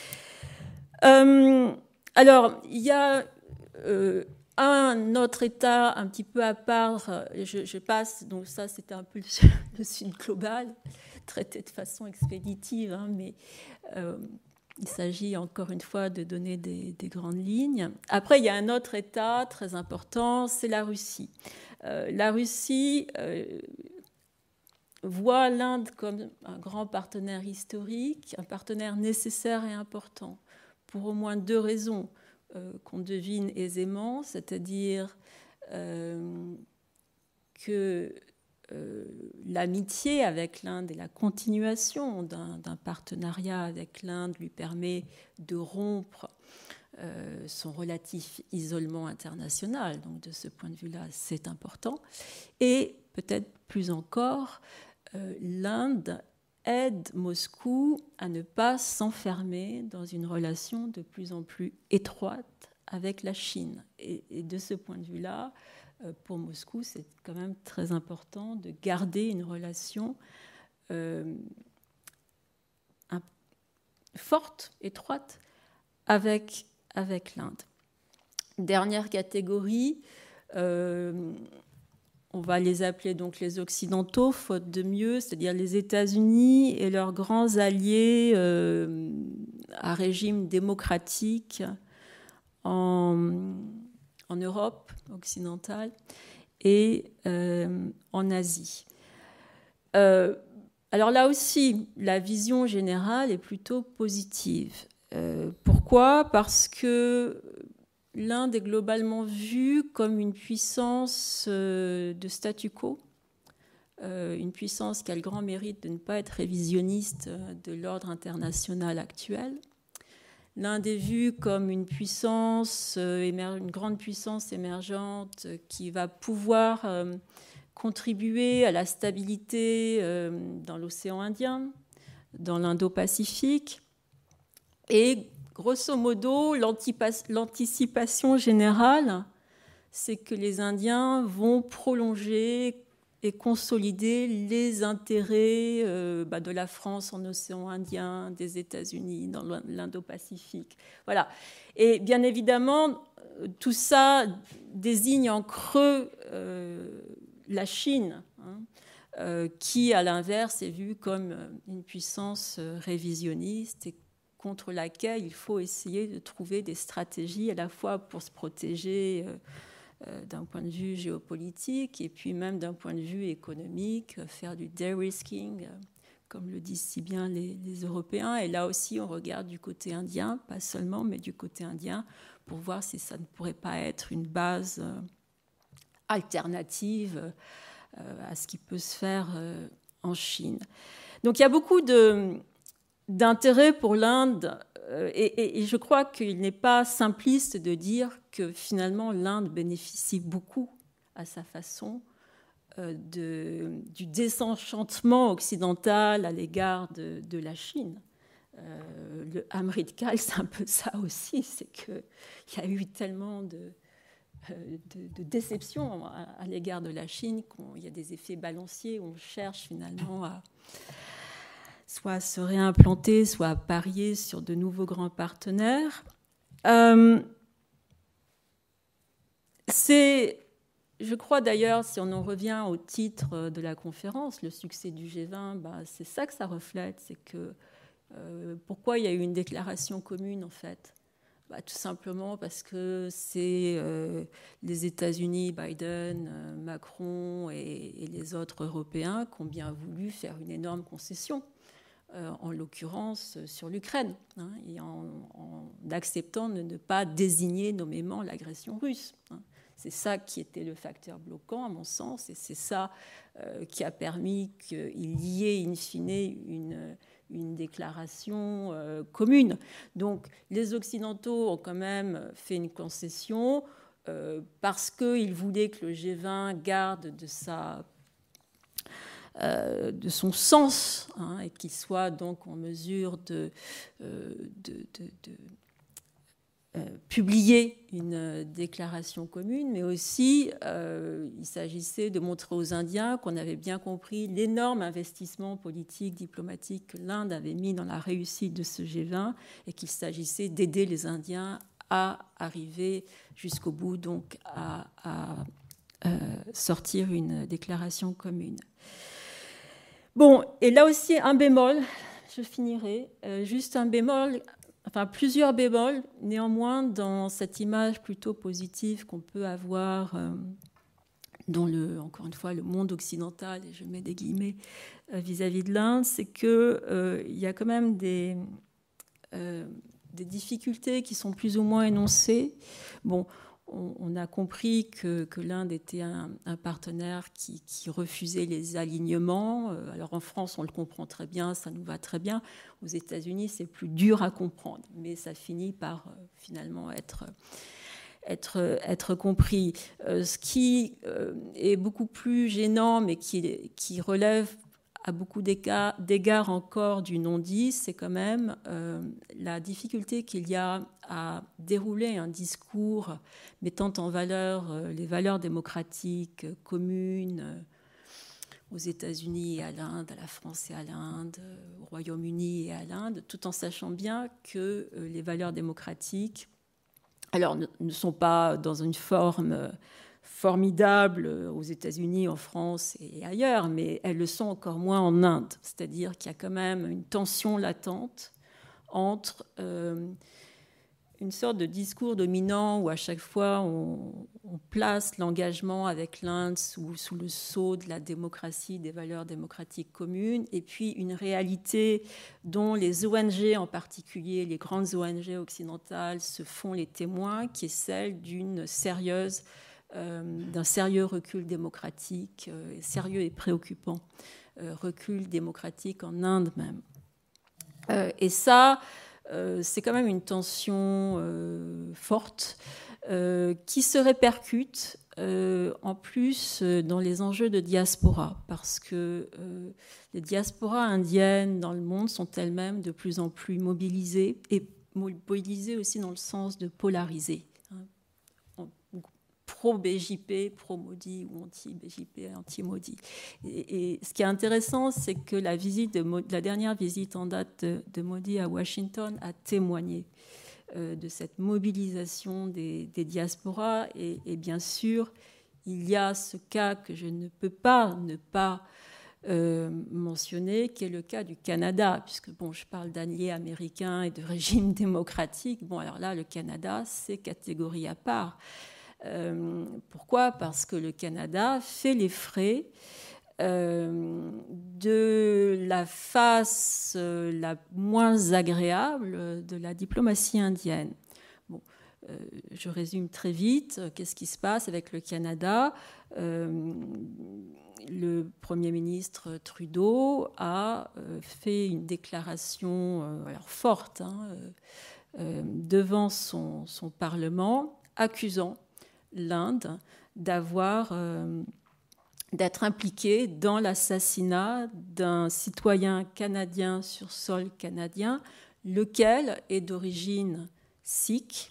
Euh, alors, il y a euh, un autre État un petit peu à part, je, je passe, donc ça c'était un peu le, le Sud global, traité de façon expéditive, hein, mais euh, il s'agit encore une fois de donner des, des grandes lignes. Après, il y a un autre État très important, c'est la Russie. Euh, la Russie euh, voit l'Inde comme un grand partenaire historique, un partenaire nécessaire et important, pour au moins deux raisons euh, qu'on devine aisément, c'est-à-dire euh, que euh, l'amitié avec l'Inde et la continuation d'un, d'un partenariat avec l'Inde lui permet de rompre Euh, son relatif isolement international. Donc de ce point de vue-là, c'est important. Et peut-être plus encore, euh, l'Inde aide Moscou à ne pas s'enfermer dans une relation de plus en plus étroite avec la Chine. Et, et de ce point de vue-là, euh, pour Moscou, c'est quand même très important de garder une relation euh, un, forte, étroite avec avec l'Inde. Dernière catégorie, euh, on va les appeler donc les Occidentaux, faute de mieux, c'est-à-dire les États-Unis et leurs grands alliés euh, à régime démocratique en, en Europe occidentale et euh, en Asie. Euh, alors là aussi, la vision générale est plutôt positive. Euh, pourquoi ? Parce que l'Inde est globalement vue comme une puissance euh, de statu quo, euh, une puissance qui a le grand mérite de ne pas être révisionniste de l'ordre international actuel. L'Inde est vue comme une puissance, euh, une grande puissance émergente qui va pouvoir euh, contribuer à la stabilité euh, dans l'océan Indien, dans l'Indo-Pacifique. Et grosso modo, l'anticipation générale, c'est que les Indiens vont prolonger et consolider les intérêts euh, bah, de la France en océan Indien, des États-Unis dans l'Indo-Pacifique. Voilà. Et bien évidemment, tout ça désigne en creux euh, la Chine, hein, euh, qui, à l'inverse, est vue comme une puissance révisionniste et contre laquelle il faut essayer de trouver des stratégies à la fois pour se protéger euh, euh, d'un point de vue géopolitique et puis même d'un point de vue économique, faire du de-risking, euh, comme le disent si bien les, les Européens. Et là aussi, on regarde du côté indien, pas seulement, mais du côté indien, pour voir si ça ne pourrait pas être une base euh, alternative euh, à ce qui peut se faire euh, en Chine. Donc il y a beaucoup de... d'intérêt pour l'Inde, euh, et, et, et je crois qu'il n'est pas simpliste de dire que finalement l'Inde bénéficie beaucoup à sa façon euh, de, du désenchantement occidental à l'égard de, de la Chine. Euh, le Amrit Kaal, c'est un peu ça aussi, c'est qu'il y a eu tellement de, de, de déception à, à l'égard de la Chine qu'il y a des effets balanciers où on cherche finalement à soit se réimplanter, soit parier sur de nouveaux grands partenaires. Euh, c'est, je crois d'ailleurs, si on en revient au titre de la conférence, le succès du G vingt, bah, c'est ça que ça reflète, c'est que euh, pourquoi il y a eu une déclaration commune en fait? Bah, tout simplement parce que c'est euh, les États-Unis, Biden, euh, Macron et, et les autres Européens qui ont bien voulu faire une énorme concession, euh, en l'occurrence euh, sur l'Ukraine, hein, et en, en acceptant de ne pas désigner nommément l'agression russe. Hein. C'est ça qui était le facteur bloquant, à mon sens, et c'est ça euh, qui a permis qu'il y ait, in fine, une... une déclaration euh, commune. Donc les Occidentaux ont quand même fait une concession euh, parce qu'ils voulaient que le G vingt garde de, sa, euh, de son sens, hein, et qu'il soit donc en mesure de, euh, de, de, de euh, publier une déclaration commune, mais aussi euh, il s'agissait de montrer aux Indiens qu'on avait bien compris l'énorme investissement politique, diplomatique que l'Inde avait mis dans la réussite de ce G vingt et qu'il s'agissait d'aider les Indiens à arriver jusqu'au bout, donc à, à euh, sortir une déclaration commune. Bon, et là aussi un bémol, je finirai, euh, juste un bémol. Enfin, plusieurs bémols, néanmoins, dans cette image plutôt positive qu'on peut avoir euh, dans le, encore une fois, le monde occidental, et je mets des guillemets, euh, vis-à-vis de l'Inde, c'est qu'il euh, y a quand même des, euh, des difficultés qui sont plus ou moins énoncées. Bon, on, on a compris que, que l'Inde était un, un partenaire qui, qui refusait les alignements. Alors en France, on le comprend très bien, ça nous va très bien. Aux États-Unis, c'est plus dur à comprendre, mais ça finit par euh, finalement être, être, être compris. Euh, ce qui euh, est beaucoup plus gênant, mais qui, qui relève à beaucoup d'égards encore du non-dit, c'est quand même euh, la difficulté qu'il y a à dérouler un discours mettant en valeur euh, les valeurs démocratiques euh, communes euh, aux États-Unis et à l'Inde, à la France et à l'Inde, euh, au Royaume-Uni et à l'Inde, tout en sachant bien que euh, les valeurs démocratiques, alors, ne, ne sont pas dans une forme euh, formidables aux États-Unis, en France et ailleurs, mais elles le sont encore moins en Inde. C'est-à-dire qu'il y a quand même une tension latente entre euh, une sorte de discours dominant où à chaque fois on, on place l'engagement avec l'Inde sous, sous le sceau de la démocratie, des valeurs démocratiques communes, et puis une réalité dont les O N G en particulier, les grandes O N G occidentales se font les témoins, qui est celle d'une sérieuse Euh, d'un sérieux recul démocratique, euh, sérieux et préoccupant euh, recul démocratique en Inde même. Euh, et ça, euh, c'est quand même une tension euh, forte euh, qui se répercute euh, en plus euh, dans les enjeux de diaspora, parce que euh, les diasporas indiennes dans le monde sont elles-mêmes de plus en plus mobilisées, et mobilisées aussi dans le sens de polariser. Pro-B J P, pro-Modi ou anti-B J P, anti-Modi. Et, et ce qui est intéressant, c'est que la, visite de, la dernière visite en date de, de Modi à Washington a témoigné euh, de cette mobilisation des, des diasporas. Et, et bien sûr, il y a ce cas que je ne peux pas ne pas euh, mentionner, qui est le cas du Canada, puisque bon, je parle d'alliés américains et de régimes démocratiques. Bon, alors là, le Canada, c'est catégorie à part. Euh, pourquoi ? Parce que le Canada fait les frais euh, de la face euh, la moins agréable de la diplomatie indienne. Bon, euh, je résume très vite. Qu'est-ce qui se passe avec le Canada ? euh, Le Premier ministre Trudeau a euh, fait une déclaration euh, alors forte hein, euh, devant son, son Parlement, accusant l'Inde d'avoir, euh, d'être impliquée dans l'assassinat d'un citoyen canadien sur sol canadien, lequel est d'origine sikh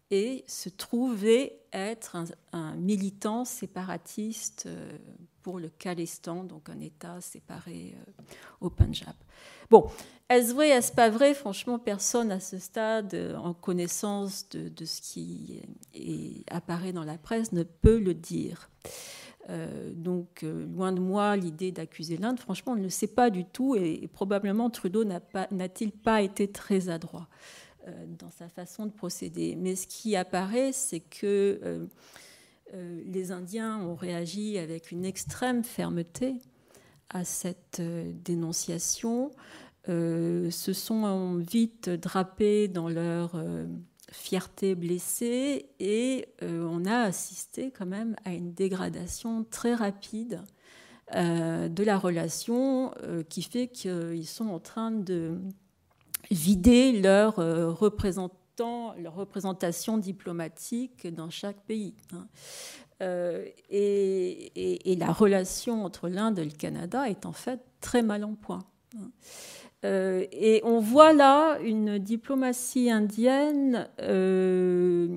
et se trouvait être un, un militant séparatiste euh, pour le Khalistan, donc un État séparé euh, au Pendjab. Bon, est-ce vrai, est-ce pas vrai? Franchement, personne à ce stade, en connaissance de, de ce qui est, apparaît dans la presse, ne peut le dire. Euh, donc, euh, loin de moi l'idée d'accuser l'Inde. Franchement, on ne le sait pas du tout, et, et probablement Trudeau n'a pas, n'a-t-il pas été très adroit euh, dans sa façon de procéder. Mais ce qui apparaît, c'est que euh, euh, les Indiens ont réagi avec une extrême fermeté à cette euh, dénonciation, euh, se sont vite drapés dans leur euh, fierté blessée, et euh, on a assisté quand même à une dégradation très rapide euh, de la relation euh, qui fait qu'ils sont en train de vider leur, euh, représentant, leur représentation diplomatique dans chaque pays. Hein. Euh, et, et, et la relation entre l'Inde et le Canada est en fait très mal en point. Euh, et on voit là une diplomatie indienne euh,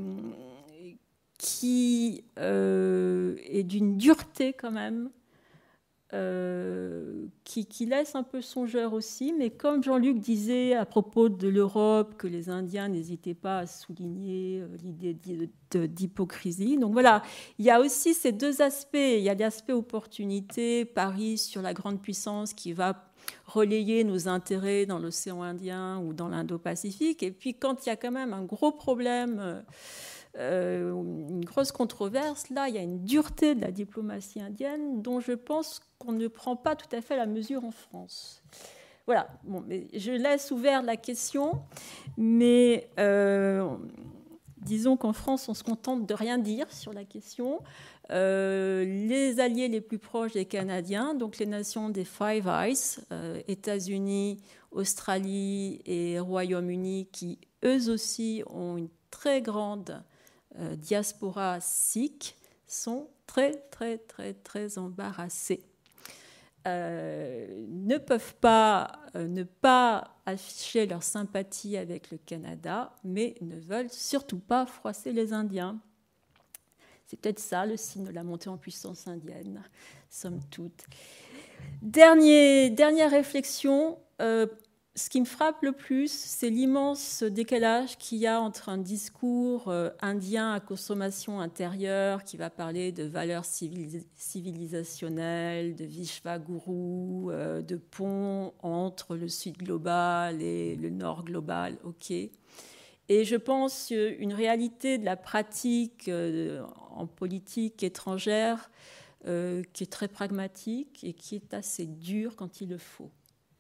qui euh, est d'une dureté quand même, euh, qui, qui laisse un peu songeur aussi. Mais comme Jean-Luc disait à propos de l'Europe, que les Indiens n'hésitaient pas à souligner l'idée d'hypocrisie. Donc voilà, il y a aussi ces deux aspects. Il y a l'aspect opportunité, Paris sur la grande puissance qui va relayer nos intérêts dans l'océan Indien ou dans l'Indo-Pacifique. Et puis quand il y a quand même un gros problème, euh, une grosse controverse, là, il y a une dureté de la diplomatie indienne dont je pense qu'on ne prend pas tout à fait la mesure en France. Voilà, bon, mais je laisse ouverte la question, mais euh, disons qu'en France, on se contente de rien dire sur la question. Euh, les alliés les plus proches des Canadiens, donc les nations des Five Eyes, euh, États-Unis, Australie et Royaume-Uni, qui eux aussi ont une très grande euh, diaspora sikh, sont très, très, très, très embarrassés. Euh, ne peuvent pas euh, ne pas afficher leur sympathie avec le Canada, mais ne veulent surtout pas froisser les Indiens. C'est peut-être ça le signe de la montée en puissance indienne, somme toute. Dernier, dernière réflexion, euh, ce qui me frappe le plus, c'est l'immense décalage qu'il y a entre un discours euh, indien à consommation intérieure qui va parler de valeurs civilis- civilisationnelles, de Vishvaguru, euh, de pont entre le Sud global et le Nord global, ok. Et je pense une réalité de la pratique euh, en politique étrangère euh, qui est très pragmatique et qui est assez dure quand il le faut.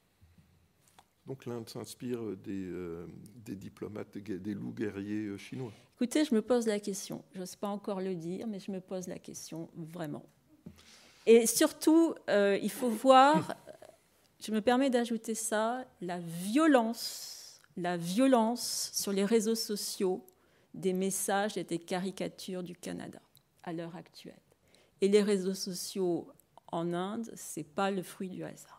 Donc l'Inde s'inspire des, euh, des diplomates, des loups guerriers chinois. Écoutez, je me pose la question. Je n'ose pas encore le dire, mais je me pose la question vraiment. Et surtout, euh, il faut voir, je me permets d'ajouter ça, la violence, la violence sur les réseaux sociaux des messages et des caricatures du Canada à l'heure actuelle. Et les réseaux sociaux en Inde, ce n'est pas le fruit du hasard.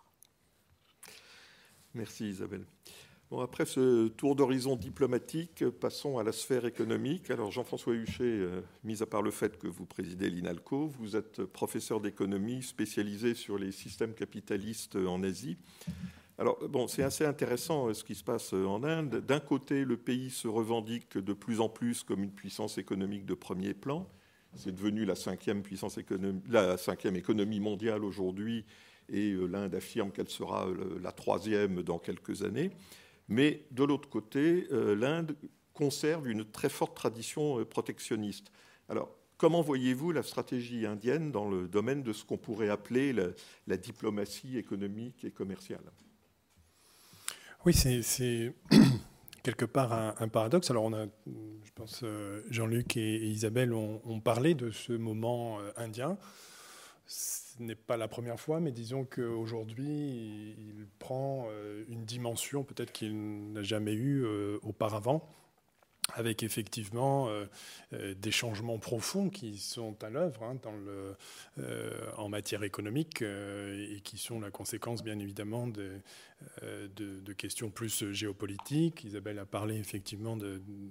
Merci Isabelle. Bon, après ce tour d'horizon diplomatique, passons à la sphère économique. Alors Jean-François Huchet, euh, mis à part le fait que vous présidez l'INALCO, vous êtes professeur d'économie spécialisé sur les systèmes capitalistes en Asie. Alors bon, c'est assez intéressant ce qui se passe en Inde. D'un côté, le pays se revendique de plus en plus comme une puissance économique de premier plan. C'est devenu la cinquième puissance économique, la cinquième économie mondiale aujourd'hui, et l'Inde affirme qu'elle sera la troisième dans quelques années. Mais de l'autre côté, l'Inde conserve une très forte tradition protectionniste. Alors, comment voyez-vous la stratégie indienne dans le domaine de ce qu'on pourrait appeler la, la diplomatie économique et commerciale ? Oui, c'est, c'est quelque part un, un paradoxe. Alors, on a, je pense, Jean-Luc et, et Isabelle ont, ont parlé de ce moment indien. Ce n'est pas la première fois, mais disons qu'aujourd'hui, il prend une dimension peut-être qu'il n'a jamais eue auparavant, avec effectivement des changements profonds qui sont à l'œuvre hein, dans le, euh, en matière économique euh, et qui sont la conséquence, bien évidemment, de, de, de questions plus géopolitiques. Isabelle a parlé effectivement de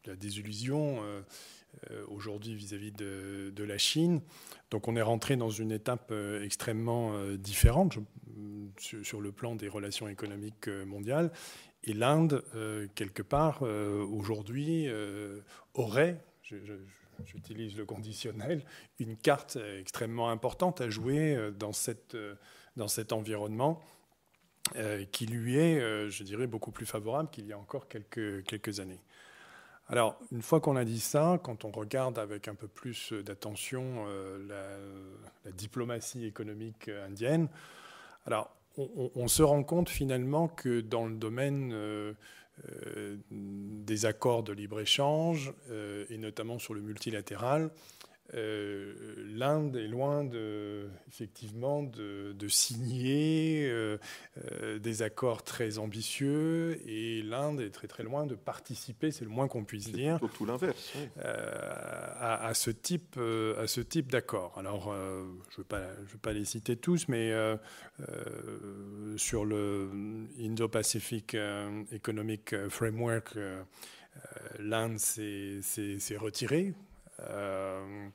la désillusion euh, euh, aujourd'hui vis-à-vis de, de la Chine. Donc on est rentré dans une étape euh, extrêmement euh, différente je, sur, sur le plan des relations économiques euh, mondiales. Et l'Inde, euh, quelque part, euh, aujourd'hui, euh, aurait, je, je, j'utilise le conditionnel, une carte extrêmement importante à jouer dans, cette, dans cet environnement euh, qui lui est, euh, je dirais, beaucoup plus favorable qu'il y a encore quelques, quelques années. Alors, une fois qu'on a dit ça, quand on regarde avec un peu plus d'attention euh, la, la diplomatie économique indienne, alors, on, on se rend compte finalement que dans le domaine euh, euh, des accords de libre-échange, euh, et notamment sur le multilatéral, euh, l'Inde est loin de, effectivement de, de signer euh, euh, des accords très ambitieux, et l'Inde est très très loin de participer, c'est le moins qu'on puisse c'est dire, plutôt tout l'inverse, oui. euh, à, à ce type, euh, à ce type d'accord. Alors, euh, je ne veux pas, je veux pas les citer tous, mais euh, euh, sur le Indo-Pacific Economic Framework, euh, l'Inde s'est, s'est, s'est retirée. Euh,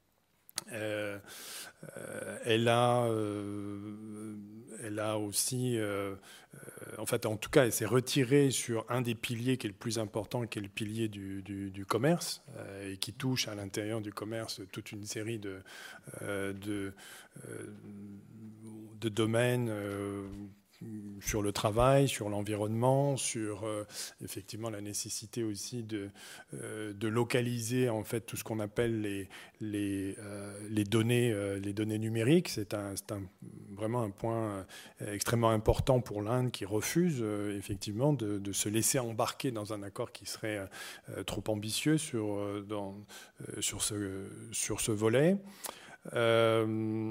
euh, euh, elle a, euh, elle a aussi, euh, euh, en fait, en tout cas, elle s'est retirée sur un des piliers qui est le plus important, qui est le pilier du, du, du commerce, euh, et qui touche à l'intérieur du commerce toute une série de, euh, de, euh, de domaines. Euh, sur le travail, sur l'environnement, sur euh, effectivement la nécessité aussi de, euh, de localiser en fait tout ce qu'on appelle les, les, euh, les, données, euh, les données numériques. C'est, un, c'est un, vraiment un point euh, extrêmement important pour l'Inde qui refuse euh, effectivement de, de se laisser embarquer dans un accord qui serait euh, trop ambitieux sur, euh, dans, euh, sur, ce, sur ce volet. Euh,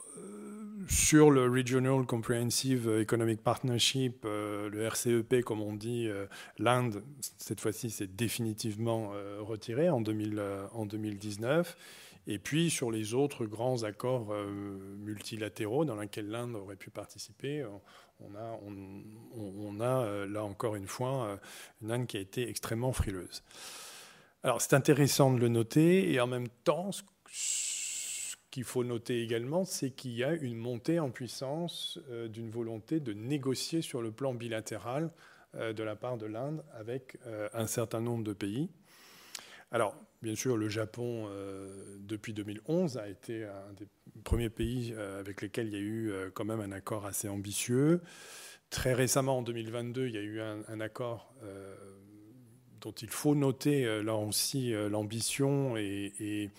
Sur le Regional Comprehensive Economic Partnership, euh, le R C E P, comme on dit, euh, l'Inde, cette fois-ci, s'est définitivement euh, retirée en, deux mille, euh, en deux mille dix-neuf. Et puis, sur les autres grands accords euh, multilatéraux dans lesquels l'Inde aurait pu participer, on a, on, on a euh, là encore une fois, une Inde qui a été extrêmement frileuse. Alors, c'est intéressant de le noter, et en même temps, ce qu'il faut noter également, c'est qu'il y a une montée en puissance euh, d'une volonté de négocier sur le plan bilatéral euh, de la part de l'Inde avec euh, un certain nombre de pays. Alors, bien sûr, le Japon, euh, depuis deux mille onze, a été un des premiers pays euh, avec lesquels il y a eu euh, quand même un accord assez ambitieux. Très récemment, en deux mille vingt-deux, il y a eu un, un accord euh, dont il faut noter, euh, là aussi, euh, l'ambition et... et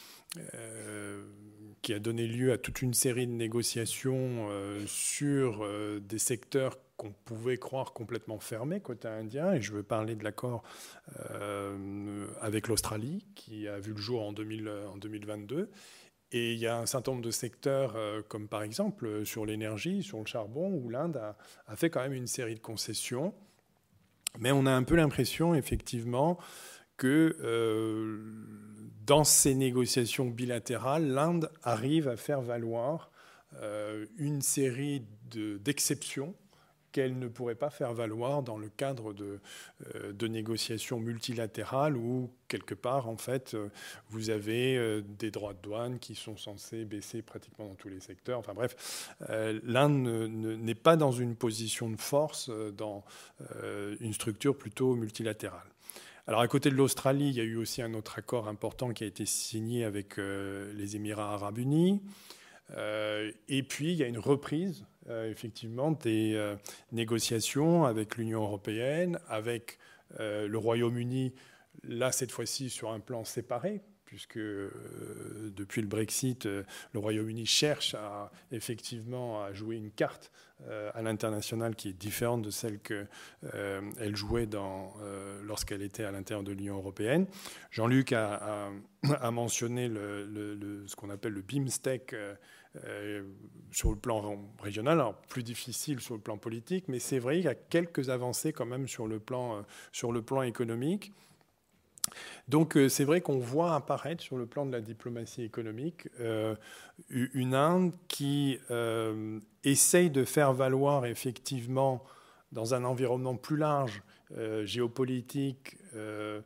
Euh, qui a donné lieu à toute une série de négociations euh, sur euh, des secteurs qu'on pouvait croire complètement fermés côté indien. Et je veux parler de l'accord euh, avec l'Australie, qui a vu le jour en, deux mille, en deux mille vingt-deux. Et il y a un certain nombre de secteurs, euh, comme par exemple sur l'énergie, sur le charbon, où l'Inde a, a fait quand même une série de concessions. Mais on a un peu l'impression, effectivement, que euh, dans ces négociations bilatérales, l'Inde arrive à faire valoir euh, une série de, d'exceptions qu'elle ne pourrait pas faire valoir dans le cadre de, euh, de négociations multilatérales où, quelque part, en fait, euh, vous avez euh, des droits de douane qui sont censés baisser pratiquement dans tous les secteurs. Enfin bref, euh, l'Inde ne, ne, n'est pas dans une position de force euh, dans euh, une structure plutôt multilatérale. Alors, à côté de l'Australie, il y a eu aussi un autre accord important qui a été signé avec euh, les Émirats arabes unis. Euh, et puis, il y a une reprise, euh, effectivement, des euh, négociations avec l'Union européenne, avec euh, le Royaume-Uni, là, cette fois-ci, sur un plan séparé, puisque euh, depuis le Brexit, euh, le Royaume-Uni cherche à, effectivement à jouer une carte euh, à l'international qui est différente de celle qu'elle euh, jouait dans, euh, lorsqu'elle était à l'intérieur de l'Union européenne. Jean-Luc a, a, a mentionné le, le, le, ce qu'on appelle le BIMSTEC euh, euh, sur le plan régional, alors plus difficile sur le plan politique, mais c'est vrai qu'il y a quelques avancées quand même sur le plan, euh, sur le plan économique. Donc euh, c'est vrai qu'on voit apparaître sur le plan de la diplomatie économique euh, une Inde qui euh, essaye de faire valoir effectivement dans un environnement plus large, euh, géopolitique, euh,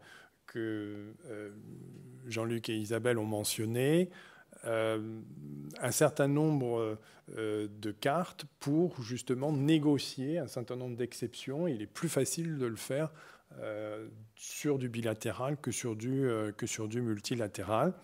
que euh, Jean-Luc et Isabelle ont mentionné, euh, un certain nombre euh, de cartes pour justement négocier un certain nombre d'exceptions. Il est plus facile de le faire euh, sur du bilatéral que sur du, euh, que sur du multilatéral.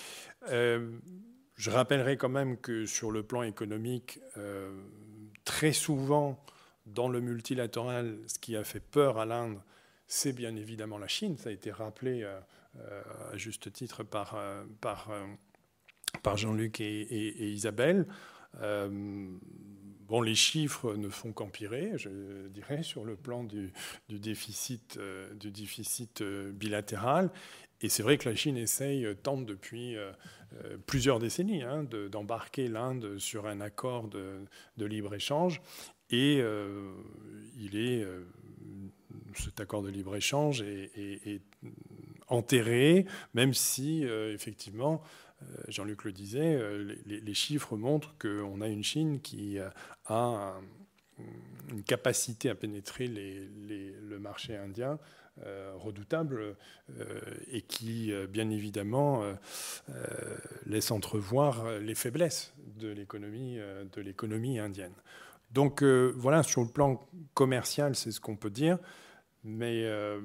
Euh, je rappellerai quand même que sur le plan économique, euh, très souvent, dans le multilatéral, ce qui a fait peur à l'Inde, c'est bien évidemment la Chine. Ça a été rappelé euh, euh, à juste titre par, euh, par, euh, par Jean-Luc et, et, et Isabelle. Euh, bon, les chiffres ne font qu'empirer, je dirais, sur le plan du, du déficit, euh, du déficit euh, bilatéral. Et c'est vrai que la Chine essaye, tente depuis euh, plusieurs décennies, hein, de, d'embarquer l'Inde sur un accord de, de libre-échange. Et euh, il est, euh, cet accord de libre-échange est, est, est enterré, même si, euh, effectivement, euh, Jean-Luc le disait, euh, les, les chiffres montrent qu'on a une Chine qui a un, une capacité à pénétrer les, les, le marché indien euh, redoutable euh, et qui, euh, bien évidemment, euh, euh, laisse entrevoir les faiblesses de l'économie, euh, de l'économie indienne. Donc euh, voilà, sur le plan commercial, c'est ce qu'on peut dire, mais euh,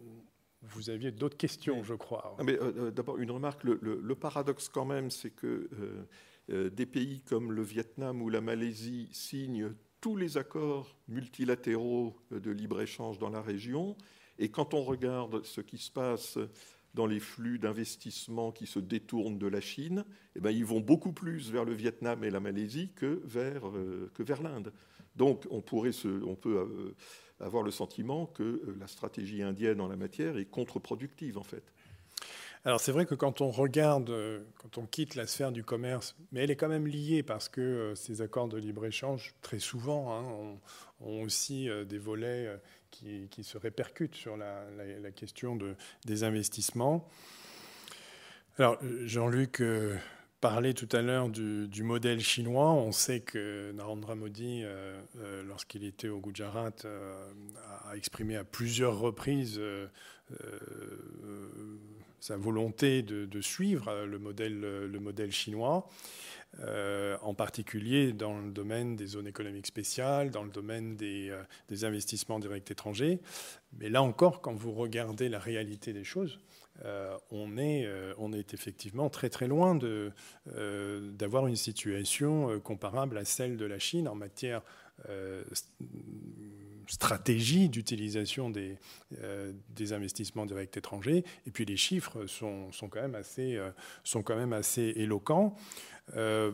vous aviez d'autres questions, je crois. Ah, mais, euh, d'abord, une remarque, le, le, le paradoxe quand même, c'est que euh, euh, des pays comme le Vietnam ou la Malaisie signent tous les accords multilatéraux de libre-échange dans la région, et quand on regarde ce qui se passe dans les flux d'investissement qui se détournent de la Chine, eh ben, ils vont beaucoup plus vers le Vietnam et la Malaisie que vers, euh, que vers l'Inde. Donc on, pourrait se, on peut euh, avoir le sentiment que euh, la stratégie indienne en la matière est contre-productive, en fait. Alors c'est vrai que quand on regarde, quand on quitte la sphère du commerce, mais elle est quand même liée parce que euh, ces accords de libre-échange, très souvent, hein, ont, ont aussi euh, des volets euh, qui, qui se répercutent sur la, la, la question de, des investissements. Alors Jean-Luc euh, parlait tout à l'heure du, du modèle chinois. On sait que Narendra Modi, euh, euh, lorsqu'il était au Gujarat, euh, a exprimé à plusieurs reprises euh, euh, sa volonté de, de suivre le modèle, le modèle chinois, euh, en particulier dans le domaine des zones économiques spéciales, dans le domaine des, euh, des investissements directs étrangers. Mais là encore, quand vous regardez la réalité des choses, euh, on, est, euh, on est effectivement très très loin de, euh, d'avoir une situation euh, comparable à celle de la Chine en matière Euh, stratégie d'utilisation des, euh, des investissements directs étrangers. Et puis les chiffres sont, sont, quand, même assez, euh, sont quand même assez éloquents. Euh,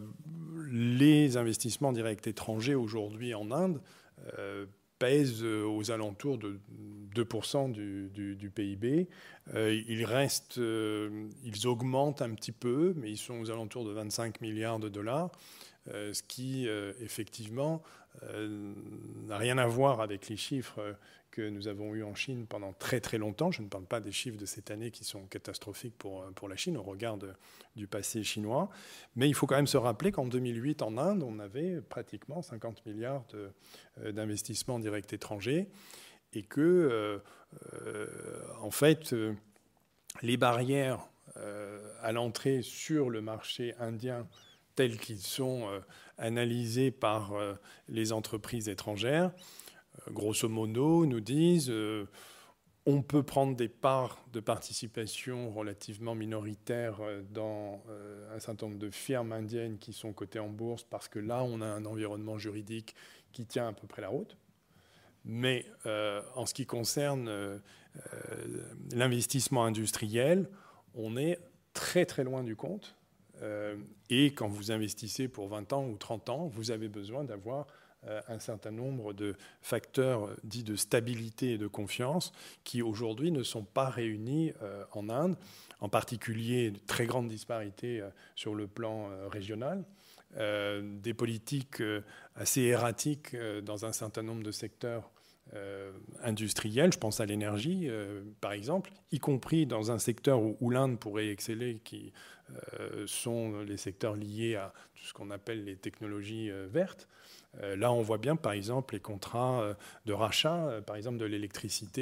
les investissements directs étrangers aujourd'hui en Inde euh, pèsent aux alentours de deux pour cent du, du, du P I B. Euh, ils restent, euh, ils augmentent un petit peu, mais ils sont aux alentours de vingt-cinq milliards de dollars. Euh, ce qui, euh, effectivement, euh, n'a rien à voir avec les chiffres que nous avons eus en Chine pendant très très longtemps. Je ne parle pas des chiffres de cette année qui sont catastrophiques pour, pour la Chine au regard de, du passé chinois. Mais il faut quand même se rappeler qu'en deux mille huit, en Inde, on avait pratiquement cinquante milliards de, euh, d'investissements directs étrangers et que, euh, euh, en fait, euh, les barrières euh, à l'entrée sur le marché indien tels qu'ils sont euh, analysés par euh, les entreprises étrangères, euh, grosso modo, nous disent euh, on peut prendre des parts de participation relativement minoritaires euh, dans euh, un certain nombre de firmes indiennes qui sont cotées en bourse parce que là, on a un environnement juridique qui tient à peu près la route. Mais euh, en ce qui concerne euh, euh, l'investissement industriel, on est très très loin du compte. Euh, et quand vous investissez pour vingt ans ou trente ans, vous avez besoin d'avoir euh, un certain nombre de facteurs dits de stabilité et de confiance qui aujourd'hui ne sont pas réunis euh, en Inde, en particulier de très grandes disparités euh, sur le plan euh, régional, euh, des politiques euh, assez erratiques euh, dans un certain nombre de secteurs Euh, industriels, je pense à l'énergie euh, par exemple, y compris dans un secteur où, où l'Inde pourrait exceller, qui euh, sont les secteurs liés à tout ce qu'on appelle les technologies euh, vertes. Euh, là, on voit bien, par exemple, les contrats euh, de rachat, euh, par exemple, de l'électricité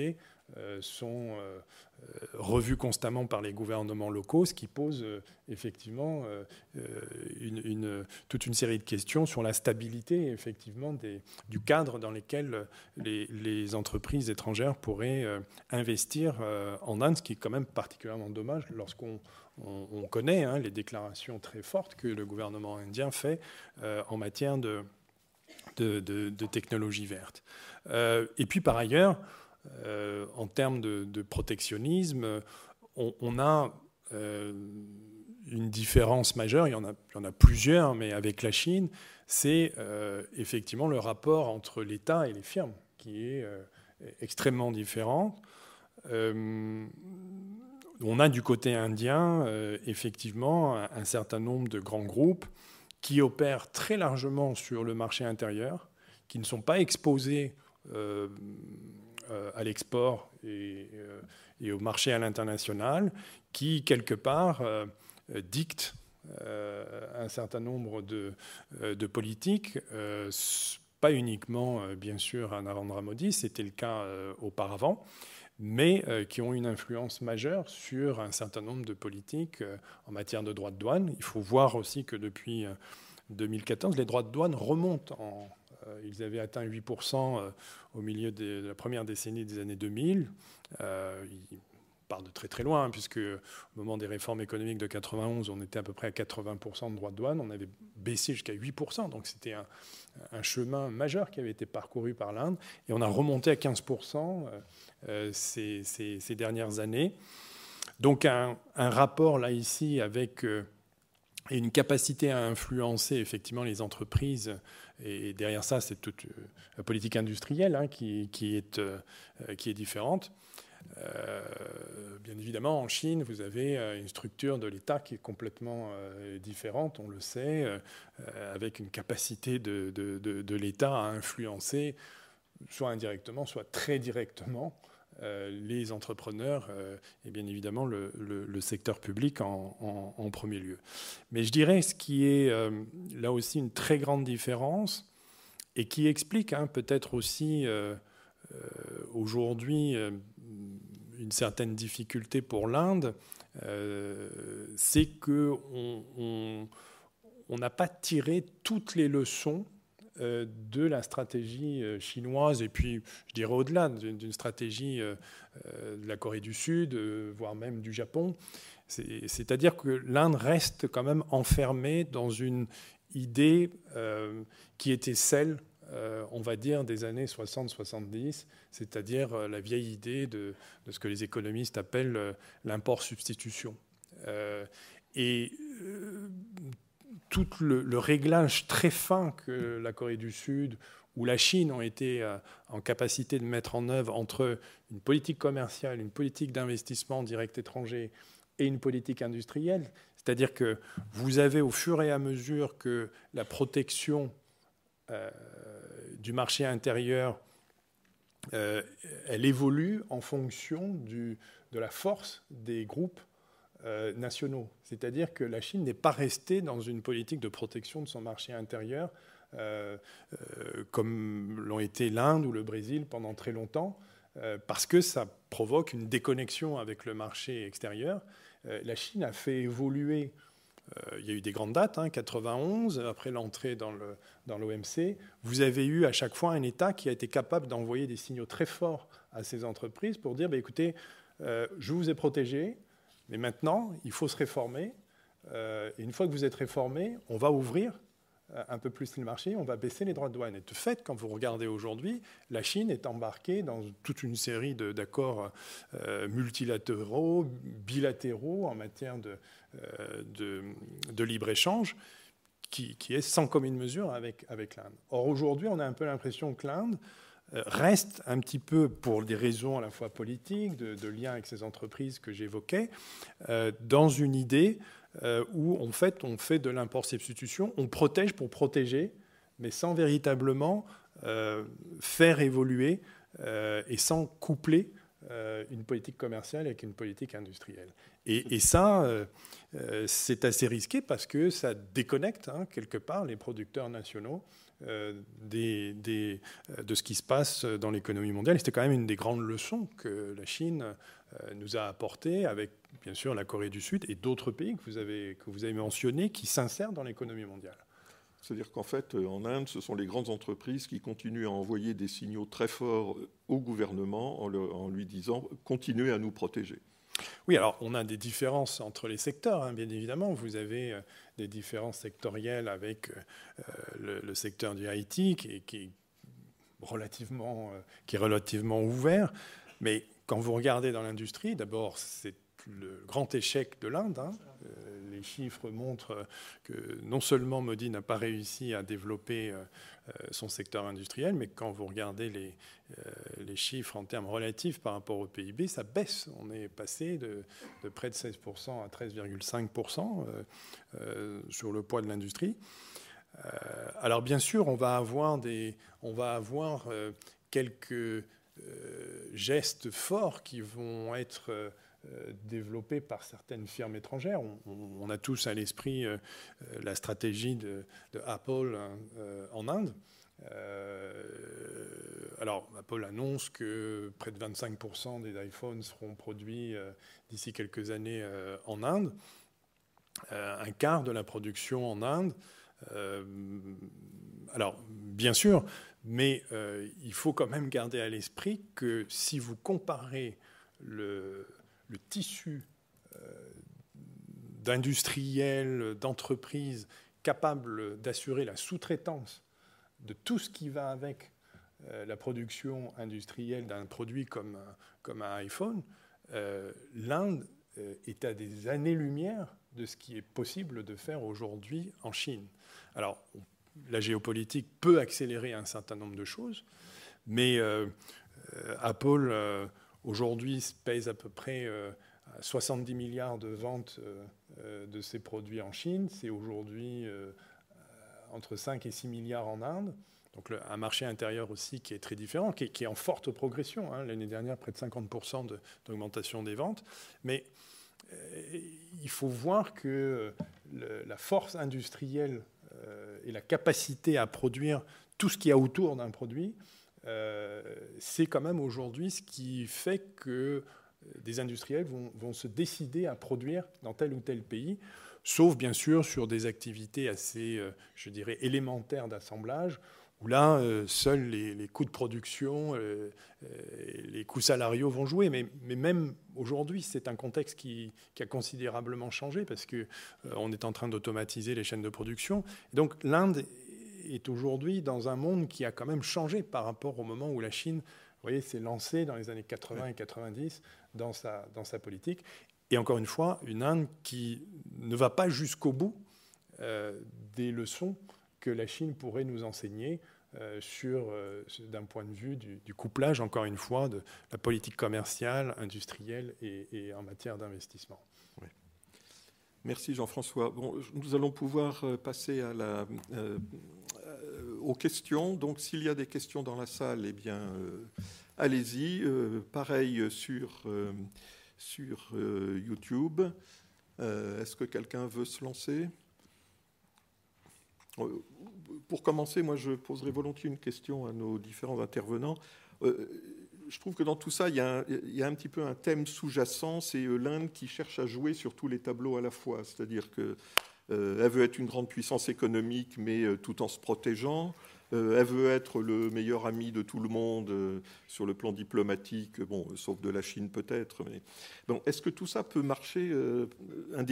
euh, sont euh, revus constamment par les gouvernements locaux, ce qui pose euh, effectivement euh, une, une, toute une série de questions sur la stabilité effectivement des, du cadre dans lequel les, les entreprises étrangères pourraient euh, investir euh, en Inde, ce qui est quand même particulièrement dommage lorsqu'on on, on connaît hein, les déclarations très fortes que le gouvernement indien fait euh, en matière de, de, de, de technologie verte. Euh, et puis par ailleurs, Euh, en termes de, de protectionnisme, on, on a euh, une différence majeure, il y, en a, il y en a plusieurs, mais avec la Chine, c'est euh, effectivement le rapport entre l'État et les firmes, qui est euh, extrêmement différent. Euh, on a du côté indien, euh, effectivement, un, un certain nombre de grands groupes qui opèrent très largement sur le marché intérieur, qui ne sont pas exposés euh, à l'export et, et au marché à l'international, qui, quelque part, euh, dictent euh, un certain nombre de, de politiques, euh, pas uniquement, euh, bien sûr, à Narendra Modi, c'était le cas euh, auparavant, mais euh, qui ont une influence majeure sur un certain nombre de politiques euh, en matière de droits de douane. Il faut voir aussi que depuis euh, deux mille quatorze, les droits de douane remontent en... Ils avaient atteint huit pour cent au milieu de la première décennie des années deux mille. Euh, ils partent de très très loin, puisque au moment des réformes économiques de quatre-vingt-onze, on était à peu près à quatre-vingts pour cent de droits de douane. On avait baissé jusqu'à huit pour cent. Donc c'était un, un chemin majeur qui avait été parcouru par l'Inde. Et on a remonté à quinze pour cent euh, ces, ces, ces dernières années. Donc un, un rapport là ici avec... Euh, et une capacité à influencer effectivement les entreprises. Et derrière ça, c'est toute la politique industrielle hein, qui, qui, est, euh, qui est différente. Euh, bien évidemment, en Chine, vous avez une structure de l'État qui est complètement euh, différente, on le sait, euh, avec une capacité de, de, de, de l'État à influencer, soit indirectement, soit très directement, Euh, les entrepreneurs euh, et bien évidemment le, le, le secteur public en, en, en premier lieu. Mais je dirais ce qui est euh, là aussi une très grande différence et qui explique hein, peut-être aussi euh, euh, aujourd'hui euh, une certaine difficulté pour l'Inde, euh, c'est qu'on on n'a pas tiré toutes les leçons de la stratégie chinoise, et puis je dirais au-delà d'une stratégie de la Corée du Sud, voire même du Japon. C'est-à-dire que l'Inde reste quand même enfermée dans une idée qui était celle, on va dire, des années soixante soixante-dix, c'est-à-dire la vieille idée de, de ce que les économistes appellent l'import-substitution. Et tout le, le réglage très fin que la Corée du Sud ou la Chine ont été euh, en capacité de mettre en œuvre entre une politique commerciale, une politique d'investissement direct étranger et une politique industrielle. C'est-à-dire que vous avez, au fur et à mesure que la protection euh, du marché intérieur, euh, elle évolue en fonction du, de la force des groupes Euh, nationaux. C'est-à-dire que la Chine n'est pas restée dans une politique de protection de son marché intérieur euh, euh, comme l'ont été l'Inde ou le Brésil pendant très longtemps, euh, parce que ça provoque une déconnexion avec le marché extérieur. Euh, la Chine a fait évoluer, euh, il y a eu des grandes dates, hein, quatre-vingt-onze, après l'entrée dans le, dans l'O M C, vous avez eu à chaque fois un État qui a été capable d'envoyer des signaux très forts à ces entreprises pour dire, bah, écoutez, euh, je vous ai protégé, mais maintenant, il faut se réformer. Euh, et une fois que vous êtes réformé, on va ouvrir euh, un peu plus le marché, on va baisser les droits de douane. Et de fait, quand vous regardez aujourd'hui, la Chine est embarquée dans toute une série de, d'accords euh, multilatéraux, bilatéraux en matière de, euh, de, de libre-échange, qui, qui est sans commune mesure avec, avec l'Inde. Or, aujourd'hui, on a un peu l'impression que l'Inde reste un petit peu, pour des raisons à la fois politiques, de, de lien avec ces entreprises que j'évoquais, euh, dans une idée euh, où en fait, on fait de l'import-substitution, on protège pour protéger, mais sans véritablement euh, faire évoluer euh, et sans coupler euh, une politique commerciale avec une politique industrielle. Et, et ça, euh, euh, c'est assez risqué parce que ça déconnecte hein, quelque part les producteurs nationaux euh, des, des, de ce qui se passe dans l'économie mondiale. Et c'était quand même une des grandes leçons que la Chine euh, nous a apportées avec, bien sûr, la Corée du Sud et d'autres pays que vous avez, que vous avez mentionnés qui s'insèrent dans l'économie mondiale. C'est-à-dire qu'en fait, en Inde, ce sont les grandes entreprises qui continuent à envoyer des signaux très forts au gouvernement en, le, en lui disant « continuez à nous protéger ». Oui, alors on a des différences entre les secteurs, hein, bien évidemment. Vous avez euh, des différences sectorielles avec euh, le, le secteur du I T qui est, qui est, relativement, euh, qui est relativement ouvert. Mais quand vous regardez dans l'industrie, d'abord, c'est le grand échec de l'Inde. Hein. Euh, les chiffres montrent que non seulement Modi n'a pas réussi à développer euh, son secteur industriel, mais quand vous regardez les, euh, les chiffres en termes relatifs par rapport au P I B, ça baisse. On est passé de, de près de seize pour cent à treize virgule cinq pour cent euh, euh, sur le poids de l'industrie. Euh, alors bien sûr, on va avoir, des, on va avoir euh, quelques euh, gestes forts qui vont être euh, développé par certaines firmes étrangères. On, on, on a tous à l'esprit euh, la stratégie de, de Apple euh, en Inde. Euh, alors, Apple annonce que près de vingt-cinq pour cent des iPhones seront produits euh, d'ici quelques années euh, en Inde. Euh, un quart de la production en Inde. Euh, alors, bien sûr, mais euh, il faut quand même garder à l'esprit que si vous comparez le le tissu euh, d'industriels, d'entreprises capables d'assurer la sous-traitance de tout ce qui va avec euh, la production industrielle d'un produit comme, comme un iPhone, euh, l'Inde euh, est à des années-lumière de ce qui est possible de faire aujourd'hui en Chine. Alors, on, la géopolitique peut accélérer un certain nombre de choses, mais euh, euh, Apple... Euh, aujourd'hui, pèse à peu près euh, soixante-dix milliards de ventes euh, de ces produits en Chine. C'est aujourd'hui euh, entre cinq et six milliards en Inde. Donc le, un marché intérieur aussi qui est très différent, qui est, qui est en forte progression. Hein. L'année dernière, près de cinquante pour cent de, d'augmentation des ventes. Mais euh, il faut voir que le, la force industrielle euh, et la capacité à produire tout ce qu'il y a autour d'un produit, Euh, c'est quand même aujourd'hui ce qui fait que des industriels vont, vont se décider à produire dans tel ou tel pays, sauf bien sûr sur des activités assez, euh, je dirais, élémentaires d'assemblage, où là, euh, seuls les, les coûts de production, euh, les coûts salariaux vont jouer. Mais, mais même aujourd'hui, c'est un contexte qui, qui a considérablement changé parce qu'on euh, est en train d'automatiser les chaînes de production. Et donc l'Inde est aujourd'hui dans un monde qui a quand même changé par rapport au moment où la Chine, vous voyez, s'est lancée dans les années quatre-vingts et quatre-vingt-dix dans sa, dans sa politique. Et encore une fois, une Inde qui ne va pas jusqu'au bout euh, des leçons que la Chine pourrait nous enseigner euh, sur, euh, d'un point de vue du, du couplage, encore une fois, de la politique commerciale, industrielle et, et en matière d'investissement. Oui. Merci Jean-François. Bon, nous allons pouvoir passer à la, euh, aux questions. Donc s'il y a des questions dans la salle, eh bien, euh, allez-y. Euh, pareil sur, euh, sur euh, YouTube. Euh, est-ce que quelqu'un veut se lancer ? Pour commencer, moi je poserai volontiers une question à nos différents intervenants. Euh, je trouve que dans tout ça, il y a un, il y a un petit peu un thème sous-jacent, c'est l'Inde qui cherche à jouer sur tous les tableaux à la fois. C'est-à-dire qu'elle euh, veut être une grande puissance économique, mais euh, tout en se protégeant. Euh, elle veut être le meilleur ami de tout le monde euh, sur le plan diplomatique, bon, sauf de la Chine peut-être. Mais bon, est-ce que tout ça peut marcher euh, indéfiniment ?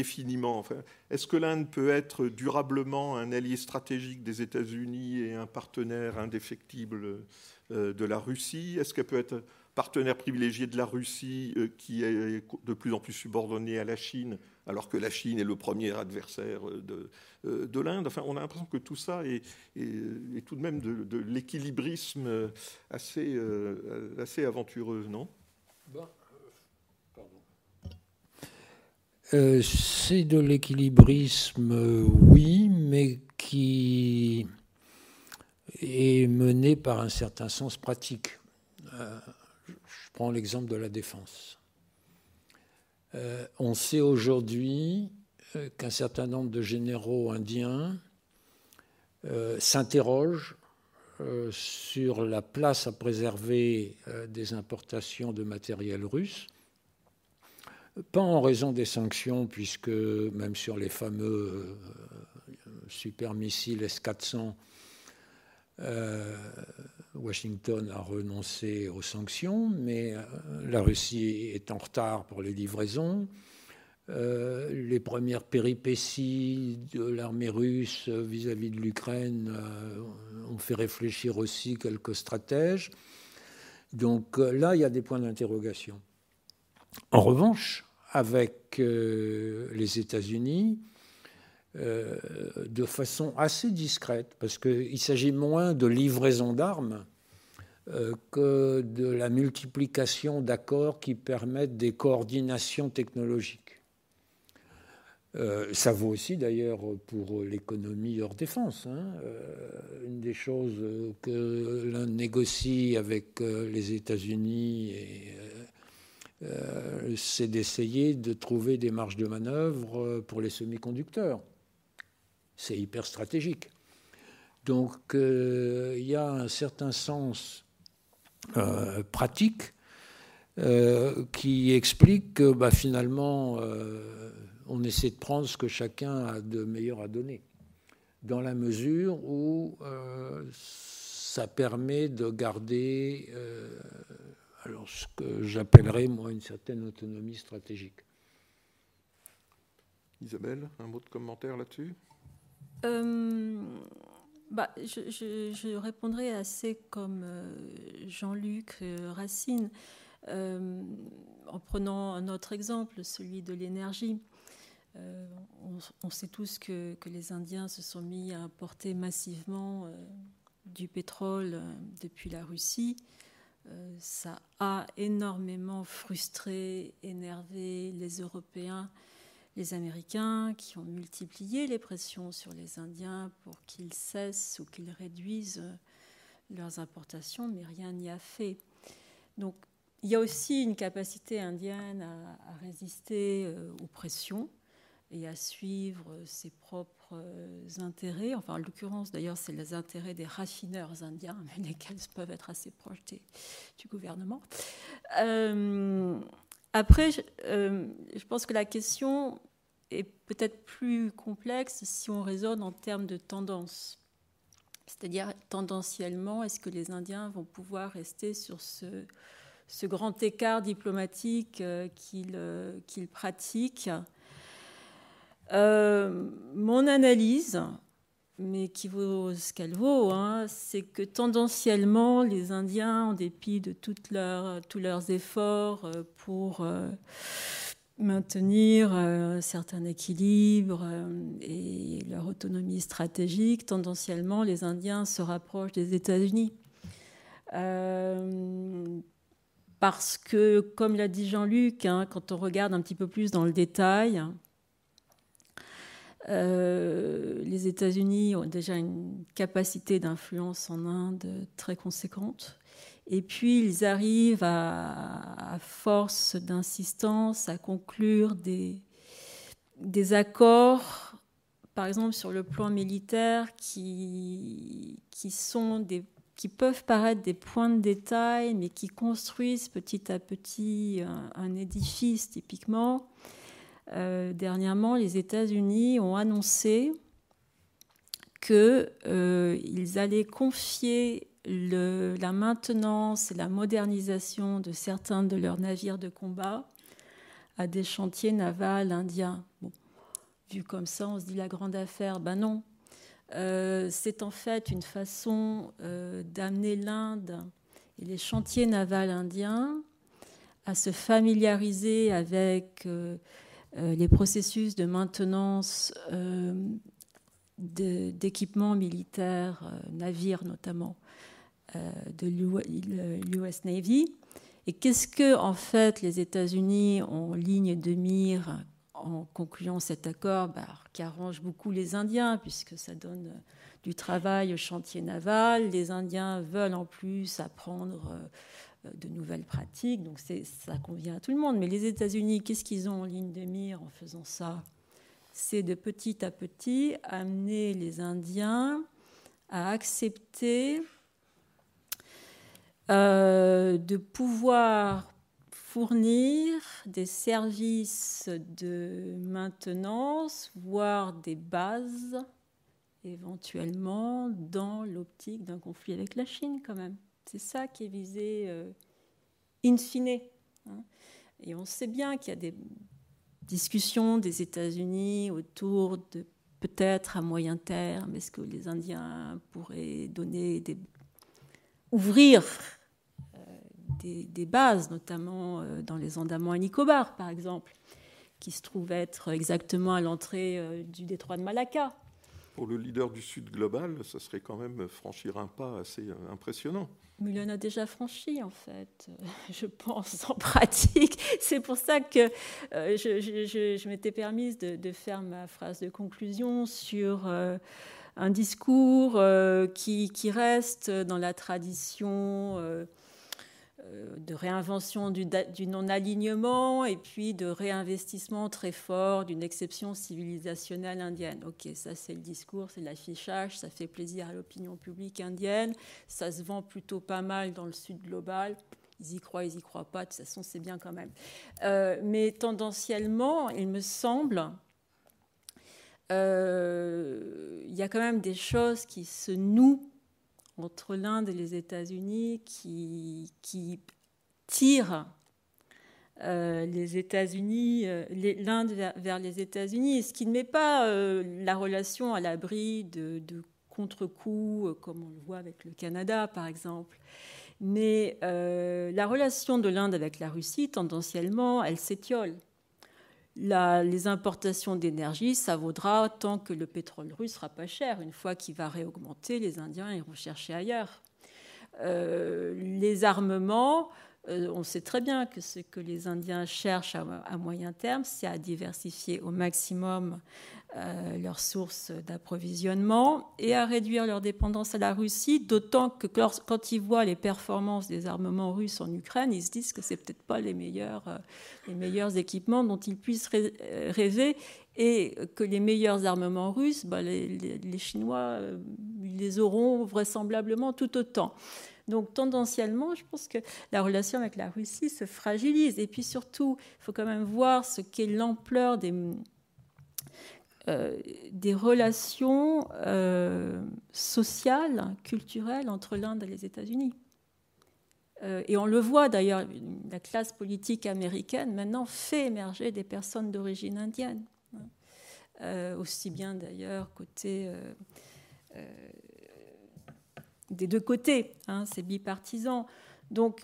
Enfin, est-ce que l'Inde peut être durablement un allié stratégique des États-Unis et un partenaire indéfectible euh, de la Russie ? Est-ce qu'elle peut être partenaire privilégié de la Russie euh, qui est de plus en plus subordonnée à la Chine, alors que la Chine est le premier adversaire de, euh, de l'Inde ? Enfin, on a l'impression que tout ça est, est, est tout de même de, de l'équilibrisme assez, euh, assez aventureux, non ? Bon, euh, pardon. Euh, c'est de l'équilibrisme, euh, oui, mais qui est mené par un certain sens pratique. Euh, je prends l'exemple de la défense. Euh, on sait aujourd'hui euh, qu'un certain nombre de généraux indiens euh, s'interrogent euh, sur la place à préserver euh, des importations de matériel russe, pas en raison des sanctions, puisque même sur les fameux euh, super missiles S quatre cents, euh, Washington a renoncé aux sanctions, mais euh, la Russie est en retard pour les livraisons. Euh, les premières péripéties de l'armée russe vis-à-vis de l'Ukraine euh, ont fait réfléchir aussi quelques stratèges. Donc euh, là, il y a des points d'interrogation. En revanche, avec euh, les États-Unis, euh, de façon assez discrète, parce qu'il s'agit moins de livraison d'armes euh, que de la multiplication d'accords qui permettent des coordinations technologiques. Euh, ça vaut aussi d'ailleurs pour l'économie hors défense. Hein. Euh, une des choses que l'Inde négocie avec euh, les États-Unis, et, euh, c'est d'essayer de trouver des marges de manœuvre pour les semi-conducteurs. C'est hyper stratégique. Donc euh, il y a un certain sens euh, pratique euh, qui explique que bah, finalement... Euh, on essaie de prendre ce que chacun a de meilleur à donner, dans la mesure où euh, ça permet de garder euh, alors ce que j'appellerais, moi, une certaine autonomie stratégique. Isabelle, un mot de commentaire là-dessus ? euh, bah, je, je, je répondrai assez comme euh, Jean-Luc euh, Racine, euh, en prenant un autre exemple, celui de l'énergie. Euh, on, on sait tous que, que les Indiens se sont mis à importer massivement euh, du pétrole euh, depuis la Russie. Euh, ça a énormément frustré, énervé les Européens, les Américains, qui ont multiplié les pressions sur les Indiens pour qu'ils cessent ou qu'ils réduisent leurs importations, mais rien n'y a fait. Donc, il y a aussi une capacité indienne à, à résister euh, aux pressions et à suivre ses propres intérêts. Enfin, en l'occurrence, d'ailleurs, c'est les intérêts des raffineurs indiens, mais lesquels peuvent être assez proches des, du gouvernement. Euh, après, je, euh, je pense que la question est peut-être plus complexe si on raisonne en termes de tendance. C'est-à-dire, tendanciellement, est-ce que les Indiens vont pouvoir rester sur ce, ce grand écart diplomatique euh, qu'ils, euh, qu'ils pratiquent ? Euh, mon analyse, mais qui vaut ce qu'elle vaut, hein, c'est que tendanciellement, les Indiens, en dépit de toutes leurs, tous leurs efforts pour euh, maintenir euh, un certain équilibre euh, et leur autonomie stratégique, tendanciellement, les Indiens se rapprochent des États-Unis. Euh, parce que, comme l'a dit Jean-Luc, hein, quand on regarde un petit peu plus dans le détail, Euh, les États-Unis ont déjà une capacité d'influence en Inde très conséquente. Et puis, ils arrivent, à, à force d'insistance, à conclure des, des accords, par exemple sur le plan militaire, qui, qui, sont des, qui peuvent paraître des points de détail, mais qui construisent petit à petit un, un édifice, typiquement. Euh, dernièrement, les États-Unis ont annoncé qu'ils euh, allaient confier le, la maintenance et la modernisation de certains de leurs navires de combat à des chantiers navals indiens. Bon, vu comme ça, on se dit la grande affaire. Ben non. Euh, c'est en fait une façon euh, d'amener l'Inde et les chantiers navals indiens à se familiariser avec... Euh, Euh, les processus de maintenance euh, de, d'équipements militaires, euh, navires notamment, euh, de l'U S Navy. Et qu'est-ce que, en fait, les États-Unis ont en ligne de mire en concluant cet accord, bah, qui arrange beaucoup les Indiens, puisque ça donne euh, du travail au chantier naval. Les Indiens veulent en plus apprendre... Euh, de nouvelles pratiques. Donc c'est, ça convient à tout le monde. Mais les États-Unis, qu'est-ce qu'ils ont en ligne de mire en faisant ça? C'est de petit à petit amener les Indiens à accepter euh, de pouvoir fournir des services de maintenance, voire des bases, éventuellement, dans l'optique d'un conflit avec la Chine, quand même. C'est ça qui est visé euh, in fine. Hein. Et on sait bien qu'il y a des discussions des États-Unis autour de peut-être à moyen terme, est-ce que les Indiens pourraient donner des... ouvrir euh, des, des bases, notamment euh, dans les Andamans et Nicobar, par exemple, qui se trouvent être exactement à l'entrée euh, du détroit de Malacca. Pour le leader du Sud global, ça serait quand même franchir un pas assez impressionnant. Mais il en a déjà franchi, en fait, je pense, en pratique. C'est pour ça que euh, je, je, je m'étais permise de, de faire ma phrase de conclusion sur euh, un discours euh, qui, qui reste dans la tradition euh, de réinvention du, du non-alignement et puis de réinvestissement très fort d'une exception civilisationnelle indienne. Ok, ça c'est le discours, c'est l'affichage, ça fait plaisir à l'opinion publique indienne, ça se vend plutôt pas mal dans le Sud global. Ils y croient, ils y croient pas, de toute façon c'est bien quand même. Euh, mais tendanciellement, il me semble, euh, il y a quand même des choses qui se nouent entre l'Inde et les États-Unis qui, qui tirent euh, les États-Unis, euh, l'Inde vers, vers les États-Unis, ce qui ne met pas euh, la relation à l'abri de, de contre-coups, euh, comme on le voit avec le Canada, par exemple. Mais euh, la relation de l'Inde avec la Russie, tendanciellement, elle s'étiole. La, les importations d'énergie, ça vaudra tant que le pétrole russe sera pas cher. Une fois qu'il va réaugmenter, les Indiens iront chercher ailleurs. Euh, les armements, euh, on sait très bien que ce que les Indiens cherchent à, à moyen terme, c'est à diversifier au maximum euh, leurs sources d'approvisionnement et à réduire leur dépendance à la Russie, d'autant que quand ils voient les performances des armements russes en Ukraine, ils se disent que c'est peut-être pas les meilleurs, euh, les meilleurs équipements dont ils puissent ré- rêver et que les meilleurs armements russes, bah, les, les, les Chinois, euh, ils les auront vraisemblablement tout autant. Donc, tendanciellement, je pense que la relation avec la Russie se fragilise. Et puis surtout, il faut quand même voir ce qu'est l'ampleur des... Euh, des relations euh, sociales, culturelles entre l'Inde et les États-Unis. Euh, et on le voit d'ailleurs, la classe politique américaine maintenant fait émerger des personnes d'origine indienne. Hein. Euh, aussi bien d'ailleurs côté, euh, euh, des deux côtés, hein, c'est bipartisan. Donc,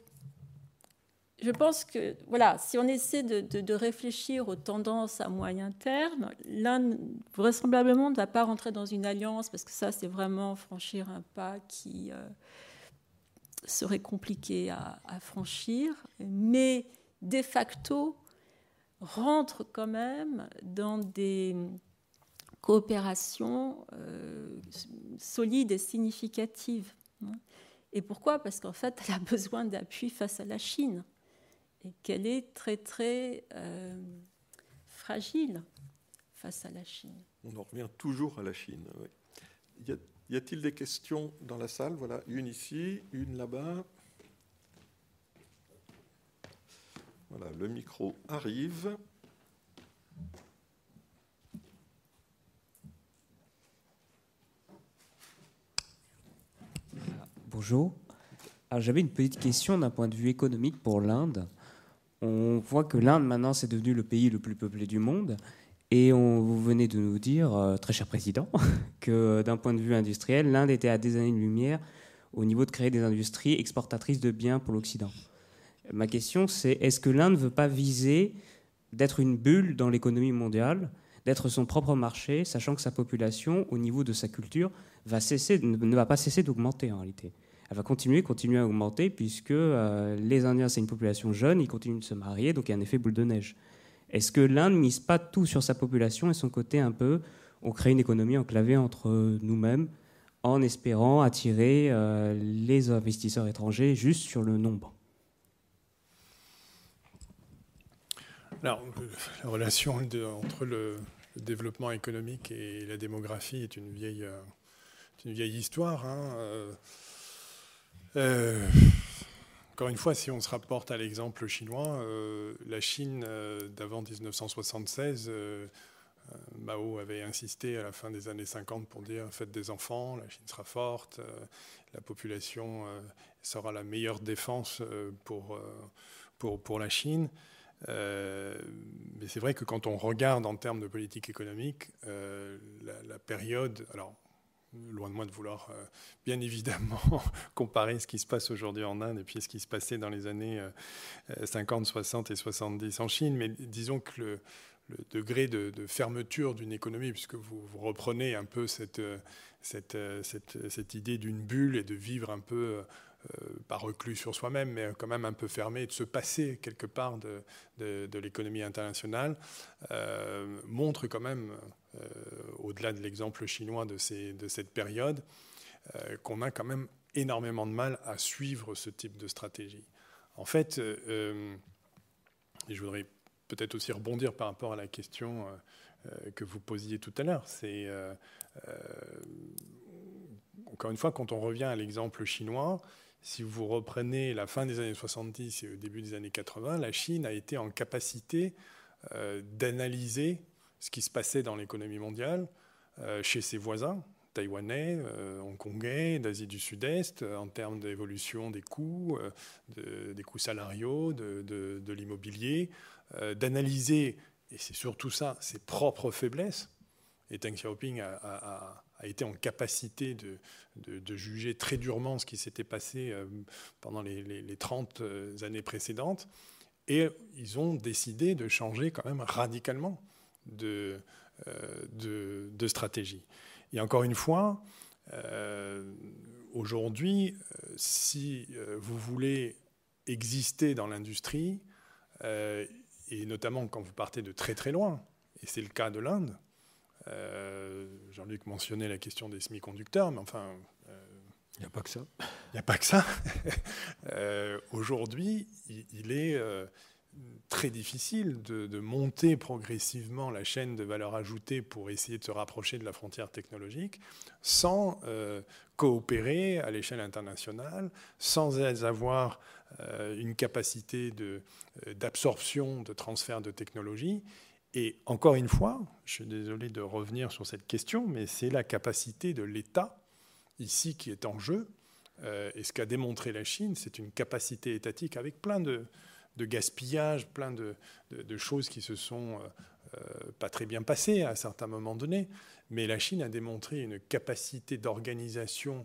je pense que, voilà, si on essaie de, de, de réfléchir aux tendances à moyen terme, l'Inde, vraisemblablement, ne va pas rentrer dans une alliance, parce que ça, c'est vraiment franchir un pas qui euh, serait compliqué à, à franchir, mais de facto, rentre quand même dans des coopérations euh, solides et significatives. Et pourquoi ? Parce qu'en fait, elle a besoin d'appui face à la Chine. Et qu'elle est très, très euh, fragile face à la Chine. On en revient toujours à la Chine. Oui. Y, a, y a-t-il des questions dans la salle ? Voilà, une ici, une là-bas. Voilà, le micro arrive. Bonjour. Alors, j'avais une petite question d'un point de vue économique pour l'Inde. On voit que l'Inde, maintenant, c'est devenu le pays le plus peuplé du monde. Et on, vous venez de nous dire, euh, très cher président, que d'un point de vue industriel, l'Inde était à des années-lumière au niveau de créer des industries exportatrices de biens pour l'Occident. Ma question, c'est est-ce que l'Inde ne veut pas viser d'être une bulle dans l'économie mondiale, d'être son propre marché, sachant que sa population, au niveau de sa culture, va cesser, ne va pas cesser d'augmenter en réalité. Elle va continuer, continuer à augmenter, puisque euh, les Indiens, c'est une population jeune, ils continuent de se marier, donc il y a un effet boule de neige. Est-ce que l'Inde ne mise pas tout sur sa population et son côté un peu, on crée une économie enclavée entre nous-mêmes, en espérant attirer euh, les investisseurs étrangers juste sur le nombre ? Alors, la relation de, entre le, le développement économique et la démographie est une vieille, euh, une vieille histoire. Hein. Euh, euh, encore une fois, si on se rapporte à l'exemple chinois, euh, la Chine euh, d'avant dix-neuf cent soixante-seize, euh, euh, Mao avait insisté à la fin des années cinquante pour dire « faites des enfants, la Chine sera forte, euh, la population euh, sera la meilleure défense euh, pour, euh, pour, pour la Chine ». Euh, mais c'est vrai que quand on regarde en termes de politique économique, euh, la, la période, alors loin de moi de vouloir euh, bien évidemment comparer ce qui se passe aujourd'hui en Inde et puis ce qui se passait dans les années euh, cinquante, soixante et soixante-dix en Chine, mais disons que le, le degré de, de fermeture d'une économie, puisque vous, vous reprenez un peu cette, cette, cette, cette idée d'une bulle et de vivre un peu... Euh, pas reclus sur soi-même, mais quand même un peu fermé, de se passer quelque part de, de, de l'économie internationale, euh, montre quand même, euh, au-delà de l'exemple chinois de, ces, de cette période, euh, qu'on a quand même énormément de mal à suivre ce type de stratégie. En fait, euh, et je voudrais peut-être aussi rebondir par rapport à la question euh, que vous posiez tout à l'heure, c'est, euh, euh, encore une fois, quand on revient à l'exemple chinois, si vous reprenez la fin des années soixante-dix et le début des années quatre-vingts, la Chine a été en capacité euh, d'analyser ce qui se passait dans l'économie mondiale euh, chez ses voisins, taïwanais, euh, hongkongais, d'Asie du Sud-Est, euh, en termes d'évolution des coûts, euh, de, des coûts salariaux, de, de, de l'immobilier, euh, d'analyser, et c'est surtout ça, ses propres faiblesses. Et Deng Xiaoping a, a, a été en capacité de, de, de juger très durement ce qui s'était passé pendant les, les, les trente années précédentes. Et ils ont décidé de changer quand même radicalement de, de, de stratégie. Et encore une fois, euh, aujourd'hui, si vous voulez exister dans l'industrie, euh, et notamment quand vous partez de très très loin, et c'est le cas de l'Inde, Euh, Jean-Luc mentionnait la question des semi-conducteurs, mais enfin... Il euh, n'y a pas que ça. Il n'y a pas que ça. euh, aujourd'hui, il, il est euh, très difficile de, de monter progressivement la chaîne de valeur ajoutée pour essayer de se rapprocher de la frontière technologique sans euh, coopérer à l'échelle internationale, sans avoir euh, une capacité de, d'absorption, de transfert de technologie. Et encore une fois, je suis désolé de revenir sur cette question, mais c'est la capacité de l'État, ici, qui est en jeu. Euh, et ce qu'a démontré la Chine, c'est une capacité étatique avec plein de, de gaspillage, plein de, de, de choses qui se sont euh, pas très bien passées à certains moments donnés. Mais la Chine a démontré une capacité d'organisation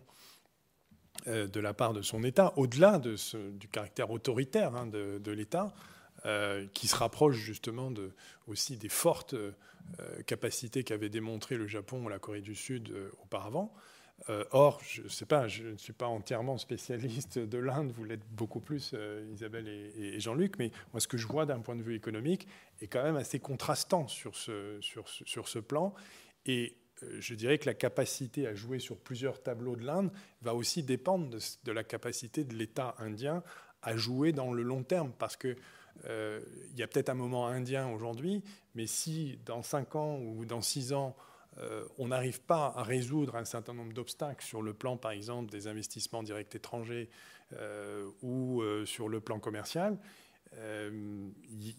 euh, de la part de son État, au-delà de ce, du caractère autoritaire hein, de, de l'État, Euh, qui se rapproche justement de, aussi des fortes euh, capacités qu'avaient démontré le Japon ou la Corée du Sud euh, auparavant. Euh, or, je ne sais pas, je ne suis pas entièrement spécialiste de l'Inde, vous l'êtes beaucoup plus, euh, Isabelle et, et Jean-Luc, mais moi, ce que je vois d'un point de vue économique est quand même assez contrastant sur ce, sur ce, sur ce plan. Et euh, je dirais que la capacité à jouer sur plusieurs tableaux de l'Inde va aussi dépendre de, de la capacité de l'État indien à jouer dans le long terme, parce que Euh, il y a peut-être un moment indien aujourd'hui, mais si dans cinq ans ou dans six ans, euh, on n'arrive pas à résoudre un certain nombre d'obstacles sur le plan, par exemple, des investissements directs étrangers euh, ou euh, sur le plan commercial, euh, y,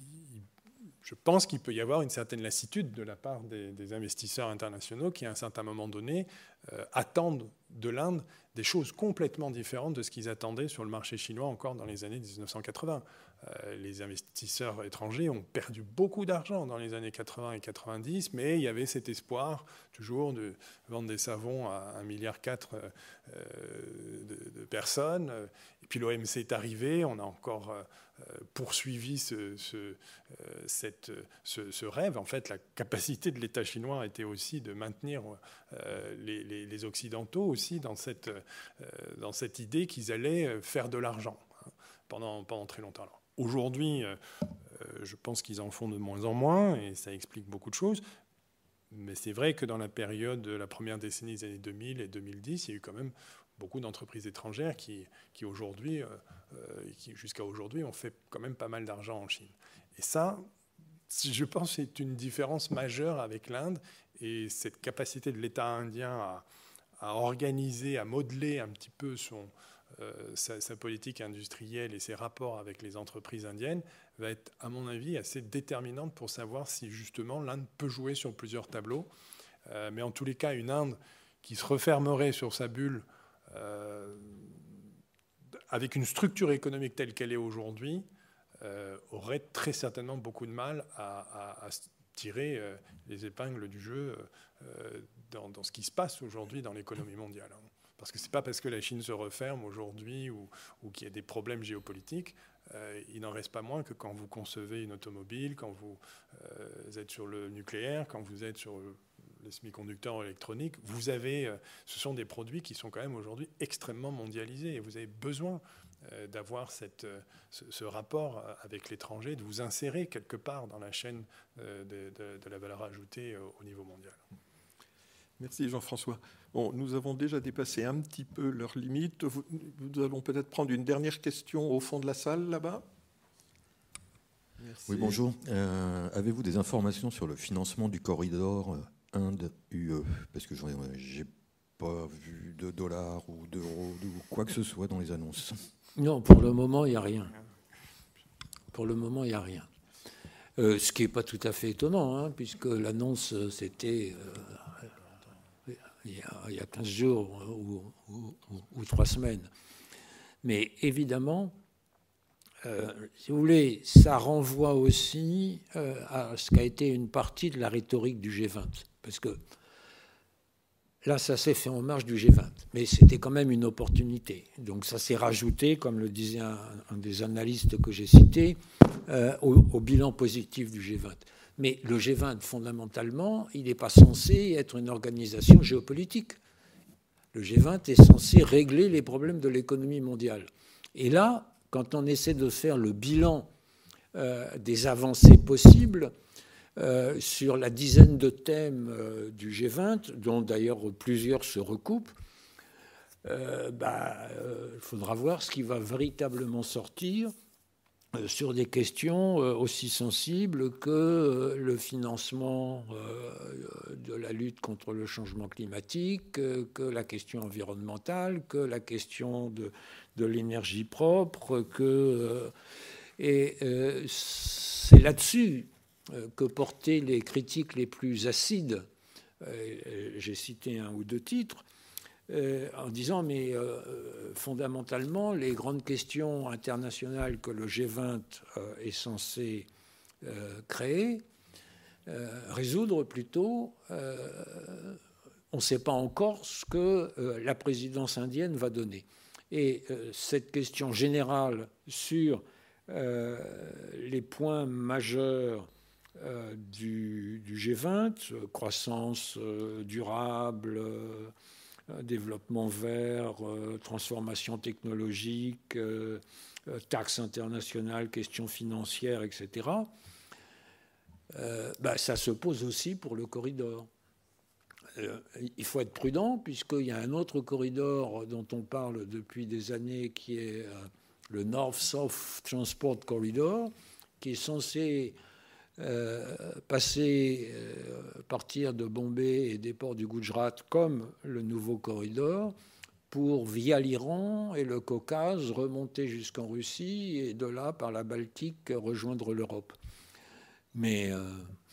je pense qu'il peut y avoir une certaine lassitude de la part des, des investisseurs internationaux qui, à un certain moment donné, euh, attendent de l'Inde des choses complètement différentes de ce qu'ils attendaient sur le marché chinois encore dans les années dix-neuf cent quatre-vingts. Euh, les investisseurs étrangers ont perdu beaucoup d'argent dans les années quatre-vingts et quatre-vingt-dix, mais il y avait cet espoir toujours de vendre des savons à un virgule quatre milliard euh, de, de personnes. Et puis l'O M C est arrivé, on a encore euh, poursuivi ce, ce, euh, cette, ce, ce rêve. En fait, la capacité de l'État chinois était aussi de maintenir euh, les, les, les Occidentaux aussi dans cette, euh, dans cette idée qu'ils allaient faire de l'argent hein, pendant, pendant très longtemps. Alors, aujourd'hui, euh, je pense qu'ils en font de moins en moins, et ça explique beaucoup de choses. Mais c'est vrai que dans la période de la première décennie des années deux mille et deux mille dix, il y a eu quand même beaucoup d'entreprises étrangères qui, qui aujourd'hui, euh, qui jusqu'à aujourd'hui, ont fait quand même pas mal d'argent en Chine. Et ça, je pense que c'est une différence majeure avec l'Inde, et cette capacité de l'État indien à, à organiser, à modeler un petit peu son, euh, sa, sa politique industrielle et ses rapports avec les entreprises indiennes va être, à mon avis, assez déterminante pour savoir si justement l'Inde peut jouer sur plusieurs tableaux. Euh, mais en tous les cas, une Inde qui se refermerait sur sa bulle euh, avec une structure économique telle qu'elle est aujourd'hui, euh, aurait très certainement beaucoup de mal à, à, à tirer euh, les épingles du jeu euh, dans, dans ce qui se passe aujourd'hui dans l'économie mondiale. Hein. Parce que ce n'est pas parce que la Chine se referme aujourd'hui ou, ou qu'il y a des problèmes géopolitiques, euh, il n'en reste pas moins que quand vous concevez une automobile, quand vous euh, êtes sur le nucléaire, quand vous êtes sur les semi-conducteurs électroniques, vous avez, euh, ce sont des produits qui sont quand même aujourd'hui extrêmement mondialisés et vous avez besoin euh, d'avoir cette, euh, ce, ce rapport avec l'étranger, de vous insérer quelque part dans la chaîne euh, de, de, de la valeur ajoutée euh, au niveau mondial. Merci Jean-François. Bon, nous avons déjà dépassé un petit peu leurs limites. Vous, nous allons peut-être prendre une dernière question au fond de la salle, là-bas. Merci. Oui, bonjour. Euh, avez-vous des informations sur le financement du corridor Inde-U E? Parce que je n'ai pas vu de dollars ou d'euros ou quoi que ce soit dans les annonces. Non, pour le moment, il n'y a rien. Pour le moment, il n'y a rien. Euh, ce qui n'est pas tout à fait étonnant, hein, puisque l'annonce, c'était... Euh, Il y, a, il y a quinze jours ou, ou, ou, ou trois semaines. Mais évidemment, euh, si vous voulez, ça renvoie aussi euh, à ce qu'a été une partie de la rhétorique du G vingt. Parce que là, ça s'est fait en marge du G vingt. Mais c'était quand même une opportunité. Donc ça s'est rajouté, comme le disait un, un des analystes que j'ai cité, euh, au, au bilan positif du G vingt. Mais le G vingt, fondamentalement, il n'est pas censé être une organisation géopolitique. Le G vingt est censé régler les problèmes de l'économie mondiale. Et là, quand on essaie de faire le bilan euh, des avancées possibles euh, sur la dizaine de thèmes euh, du G vingt, dont d'ailleurs plusieurs se recoupent, euh, bah, euh, il faudra voir ce qui va véritablement sortir sur des questions aussi sensibles que le financement de la lutte contre le changement climatique, que la question environnementale, que la question de, de l'énergie propre. Que, et c'est là-dessus que portaient les critiques les plus acides. J'ai cité un ou deux titres. Euh, en disant, mais euh, fondamentalement, les grandes questions internationales que le G vingt euh, est censé euh, créer, euh, résoudre plutôt, euh, on ne sait pas encore ce que euh, la présidence indienne va donner. Et euh, cette question générale sur euh, les points majeurs euh, du, du G vingt, croissance euh, durable, euh, développement vert, euh, transformation technologique, euh, euh, taxes internationales, questions financières, et cetera, euh, bah, ça se pose aussi pour le corridor. Euh, il faut être prudent, puisqu'il y a un autre corridor dont on parle depuis des années, qui est euh, le North-South Transport Corridor, qui est censé Euh, passer, euh, partir de Bombay et des ports du Gujarat comme le nouveau corridor pour, via l'Iran et le Caucase, remonter jusqu'en Russie et de là, par la Baltique, rejoindre l'Europe. Mais euh,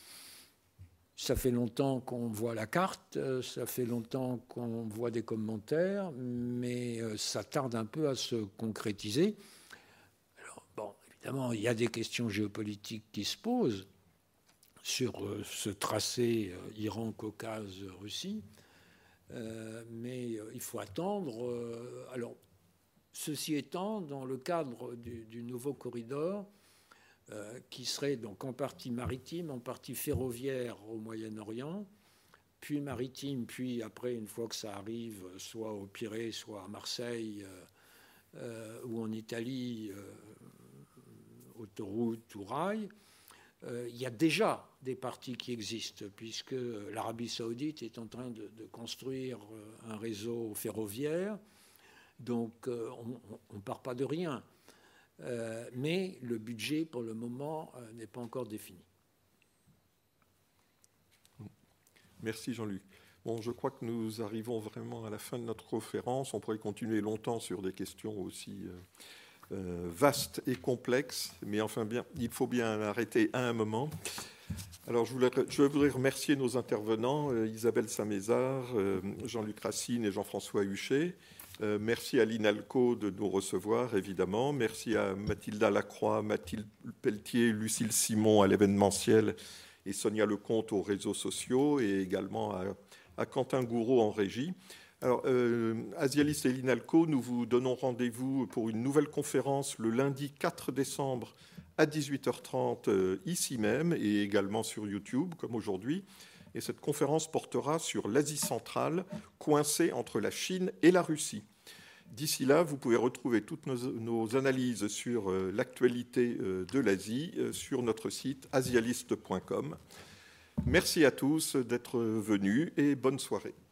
ça fait longtemps qu'on voit la carte, ça fait longtemps qu'on voit des commentaires, mais euh, ça tarde un peu à se concrétiser. Alors, bon, évidemment, il y a des questions géopolitiques qui se posent sur euh, ce tracé euh, Iran, Caucase, Russie, euh, mais euh, il faut attendre. Euh, alors, ceci étant, dans le cadre du, du nouveau corridor, euh, qui serait donc en partie maritime, en partie ferroviaire au Moyen-Orient, puis maritime, puis après, une fois que ça arrive, soit au Pirée, soit à Marseille euh, euh, ou en Italie, euh, autoroute ou rail, euh, il y a déjà des parties qui existent, puisque l'Arabie saoudite est en train de, de construire un réseau ferroviaire, donc euh, on ne part pas de rien. Euh, mais le budget, pour le moment, euh, n'est pas encore défini. Merci Jean-Luc. Bon, je crois que nous arrivons vraiment à la fin de notre conférence. On pourrait continuer longtemps sur des questions aussi euh, euh, vastes et complexes, mais enfin, bien, il faut bien arrêter à un moment. Alors, je voudrais, je voudrais remercier nos intervenants, euh, Isabelle Saint-Mézard, euh, Jean-Luc Racine et Jean-François Huchet. Euh, merci à l'INALCO de nous recevoir, évidemment. Merci à Mathilda Lacroix, Mathilde Pelletier, Lucille Simon à l'événementiel et Sonia Lecomte aux réseaux sociaux, et également à, à Quentin Gouraud en régie. Alors, euh, Asialiste et l'INALCO, nous vous donnons rendez-vous pour une nouvelle conférence le lundi quatre décembre à dix-huit heures trente, euh, ici même, et également sur YouTube, comme aujourd'hui. Et cette conférence portera sur l'Asie centrale, coincée entre la Chine et la Russie. D'ici là, vous pouvez retrouver toutes nos, nos analyses sur euh, l'actualité euh, de l'Asie euh, sur notre site asialiste point com. Merci à tous d'être venus et bonne soirée.